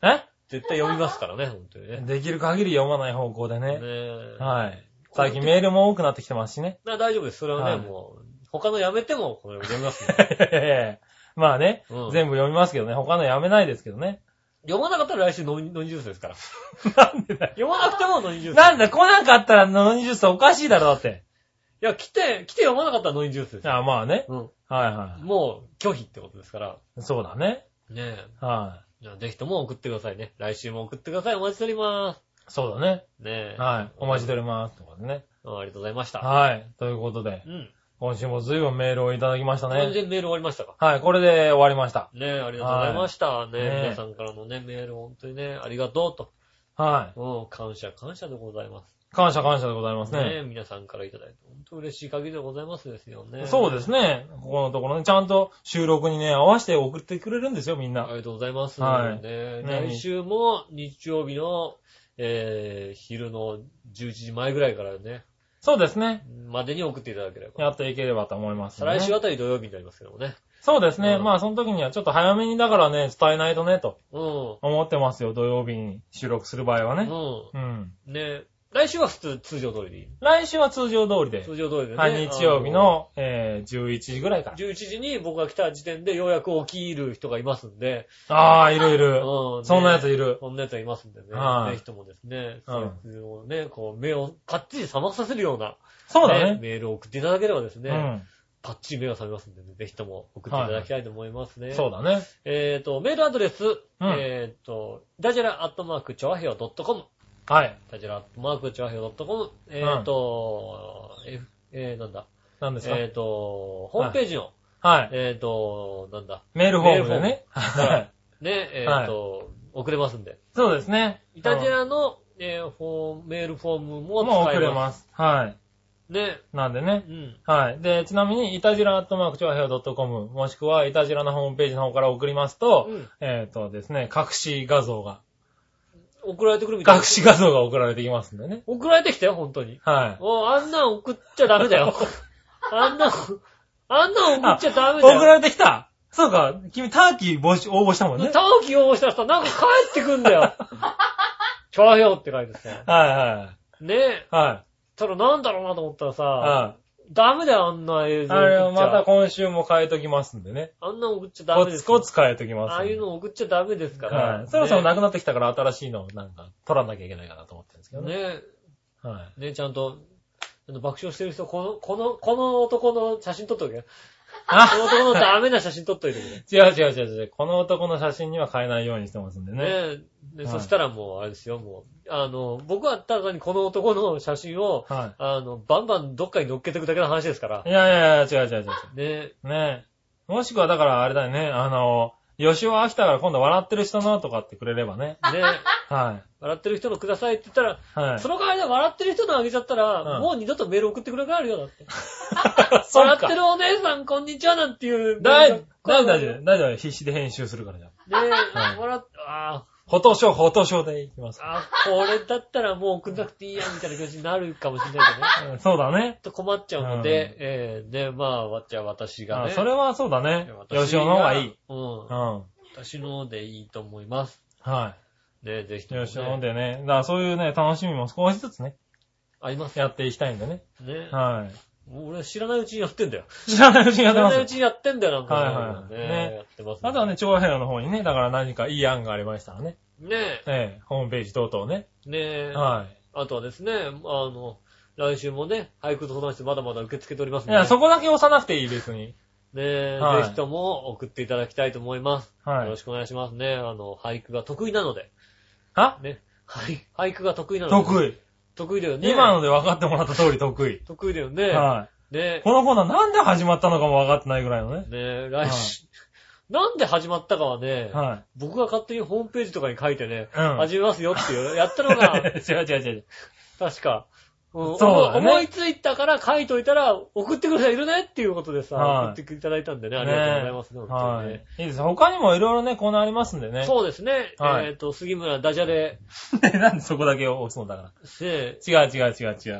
S1: 絶対読みますからね、本当にね。
S2: できる限り読まない方向でね。はい。最近メールも多くなってきてますしね。
S1: 大丈夫です。それはね、もう、他のやめても、これ読みますね。
S2: まあね、全部読みますけどね。他のやめないですけどね。
S1: 読まなかったら来週ノニジュースですから。
S2: なんでだよ。
S1: 読まなくてもノニジュース。
S2: なんだ、来なかったらノニジュースおかしいだろ、だって。
S1: いや、来て読まなかったらノニジュースです。
S2: ああ、まあね。
S1: はい
S2: はい。
S1: もう、拒否ってことですから。
S2: そうだね。
S1: ね
S2: え。はい。
S1: じゃあ、ぜひとも送ってくださいね。来週も送ってください。お待ちしております。
S2: そうだね。
S1: ね
S2: え。はい。お待ちしております。とかでね。
S1: ありがとうございました。
S2: はい。ということで。今週も随分メールをいただきましたね。
S1: 全然メール終わりましたか？
S2: はい。これで終わりました。
S1: ねえ、ありがとうございました。ね皆さんからのね、メール本当にね、ありがとうと。
S2: はい。
S1: 感謝でございます。
S2: 感謝でございますね。
S1: 皆さんからいただいて、本当嬉しい限りでございますですよね。
S2: そうですね。ここのところね、ちゃんと収録にね、合わせて送ってくれるんですよ、みんな。
S1: ありがとうございます。
S2: はい。
S1: 来週も日曜日の、昼の11時前ぐらいからね。
S2: そうですね。
S1: までに送っていただければ。
S2: やっていければと思います、
S1: ね。来週あたり土曜日になりますけどもね。
S2: そうですね。まあ、その時にはちょっと早めにだからね、伝えないとね、と。思ってますよ、土曜日に収録する場合はね。
S1: ね来週は通常通りでいい？
S2: 来週は通常通りで。
S1: 通常通りでね。
S2: はい、日曜日の、11時ぐらいから。
S1: 11時に僕が来た時点でようやく起きる人がいますんで。
S2: ああ、いる。そんなやついる。
S1: そんなやつがいますんでね。ぜひともですね、それをね、こう、目をかっちり覚まさせるような。
S2: そうだね。
S1: メールを送っていただければですね。パッチリ目が覚めますんでね、ぜひとも送っていただきたいと思いますね。
S2: そうだね。
S1: メールアドレス、ダジャラ@チョアヘヨ.com。
S2: はい。
S1: ダジャラ@チョアヘヨ.com。なんだ。
S2: 何ですか？
S1: ホームページの、
S2: はい。
S1: なんだ。
S2: メールフォームでね。
S1: はい。ね、送れますんで。
S2: そうですね。
S1: イタジェラの、メールフォームも
S2: 使えます。もう送れます。はい。
S1: ね。
S2: なんでね。はい。で、ちなみに、イタジラ@choaheyo.com もしくは、イタジラのホームページの方から送りますと、ですね、隠し画像が。
S1: 送られてくるみたいな。
S2: 隠し画像が送られてきますんでね。
S1: 送られてきたよ、本当に。
S2: はい。
S1: あんなん送っちゃダメだよ。あんなん送っちゃダメだよ。
S2: 送られてきた。そうか、君ターキー応募したもんね。
S1: ターキー応募したらさ、なんか帰ってくんだよ。チョアヘヨって書いてさ。
S2: はい。
S1: ねえ。
S2: はい。
S1: ただなんだろうなと思ったらさ、ダメだよ、あんな映像。
S2: あれをまた今週も変えときますんでね。
S1: あんな送っちゃダメです。
S2: コツ変えときます。
S1: ああいうの送っちゃダメですから。
S2: はい。そろそろなくなってきたから新しいのをなんか取らなきゃいけないかなと思ってるんですけどね。
S1: ね
S2: え。はい。
S1: ねちゃんと、爆笑してる人、この男の写真撮っとけ。この男のダメな写真撮っといてくれ。
S2: 違う。この男の写真には変えないようにしてますんでね。
S1: ねそしたらもう、あれですよ、もう。僕はただにこの男の写真を、バンバンどっかに乗っけていくだけの話ですから。
S2: いや、違う。ねもしくはだからあれだよね、吉尾飽きたから今度笑ってる人のとかってくれればね。はい。
S1: 笑ってる人のくださいって言ったら、はい、その代わりで笑ってる人のあげちゃったら、もう二度とメール送ってくれなくなるよ、だって。笑ってるお姉さん、こんにちはなんていう。
S2: 大丈夫。必死で編集するからじゃん。フォトショーでいきます。
S1: これだったらもう送んなくていいや、みたいな気持ちになるかもしれないけどね。
S2: そうだね。
S1: ちょっと困っちゃうので、じゃあ私がね。
S2: それはそうだね。吉尾の方がいい。
S1: 私のでいいと思います。
S2: はい。
S1: ね、ぜひとも。
S2: 吉尾でね。だからそういうね、楽しみも少しずつね。
S1: あります。
S2: やっていきたいんでね。
S1: ね。
S2: はい。
S1: 俺知らないうちにやってんだよ。
S2: 知らないうちにやってます。
S1: 知らないうちにやってんだよ、なんか。
S2: ね。
S1: やってます。
S2: あとはね、調和平の方にね、だから何かいい案がありましたらね。
S1: ね
S2: ホームページ等々ね。はい。
S1: あとはですね、来週もね、俳句と相談してまだまだ受け付けておりますので。
S2: いや、そこだけ押さなくていい、別に。
S1: ぜひとも送っていただきたいと思います。よろしくお願いしますね。俳句が得意なので。ね。俳句が得意なので。得意だよね。
S2: 今ので分かってもらった通り得意。
S1: 得意だよね。
S2: はい。ね。このコーナーなんで始まったのかも分かってないぐらいのね。
S1: ね、来週。なんで始まったかはね、僕が勝手にホームページとかに書いてね、始めますよっていう、やったのが、
S2: 違う。
S1: 確か。思いついたから書いといたら、送ってくる人いるねっていうことでさ、送っていただいたんでね、ありがとうございますね。
S2: はい。いいです。他にもいろいろね、コーナーありますんでね。
S1: そうですね。杉村ダジャレ。
S2: なんでそこだけ押すのだから。違う。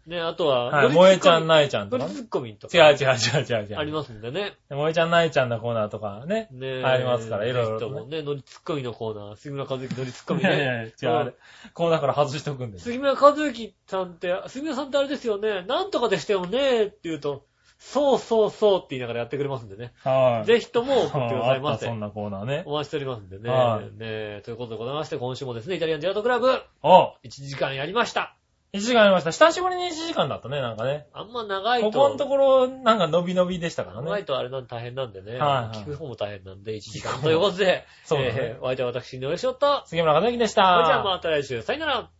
S1: ね、あとは、
S2: はい、萌えちゃんなえちゃんとか。
S1: ノリツッコミと
S2: か。違う。
S1: ありますんでね。
S2: 萌えちゃんなえちゃんのコーナーとかね。
S1: ね
S2: ありますから、いろいろ。
S1: ぜひともね、ノリツッコミのコーナー、杉村和之ノリツッコミね。
S2: いや、違う。コーナーから外しておくんです。
S1: 杉村和之さんって、杉村さんってあれですよね、なんとかでしたよねって言うと、そうって言いながらやってくれますんでね。はい。ぜひとも送ってくださいませ。
S2: そんなコーナーね。
S1: お待ちしておりますんでね。はい。ねということでございまして、今週もですね、イタリアンジェラートクラブ。1時間やりました。1
S2: 時間やりました。久しぶりに1時間だったね、なんかね。
S1: あんま長いと。
S2: ここのところ、なんか伸び伸びでしたからね。
S1: 長いとあれなん大変なんでね。
S2: はい。
S1: 聞く方も大変なんで、1時間ということで。そうですね。お相手は私、井上翔と、
S2: 杉村和之でした。
S1: じゃあまた来週、さよなら。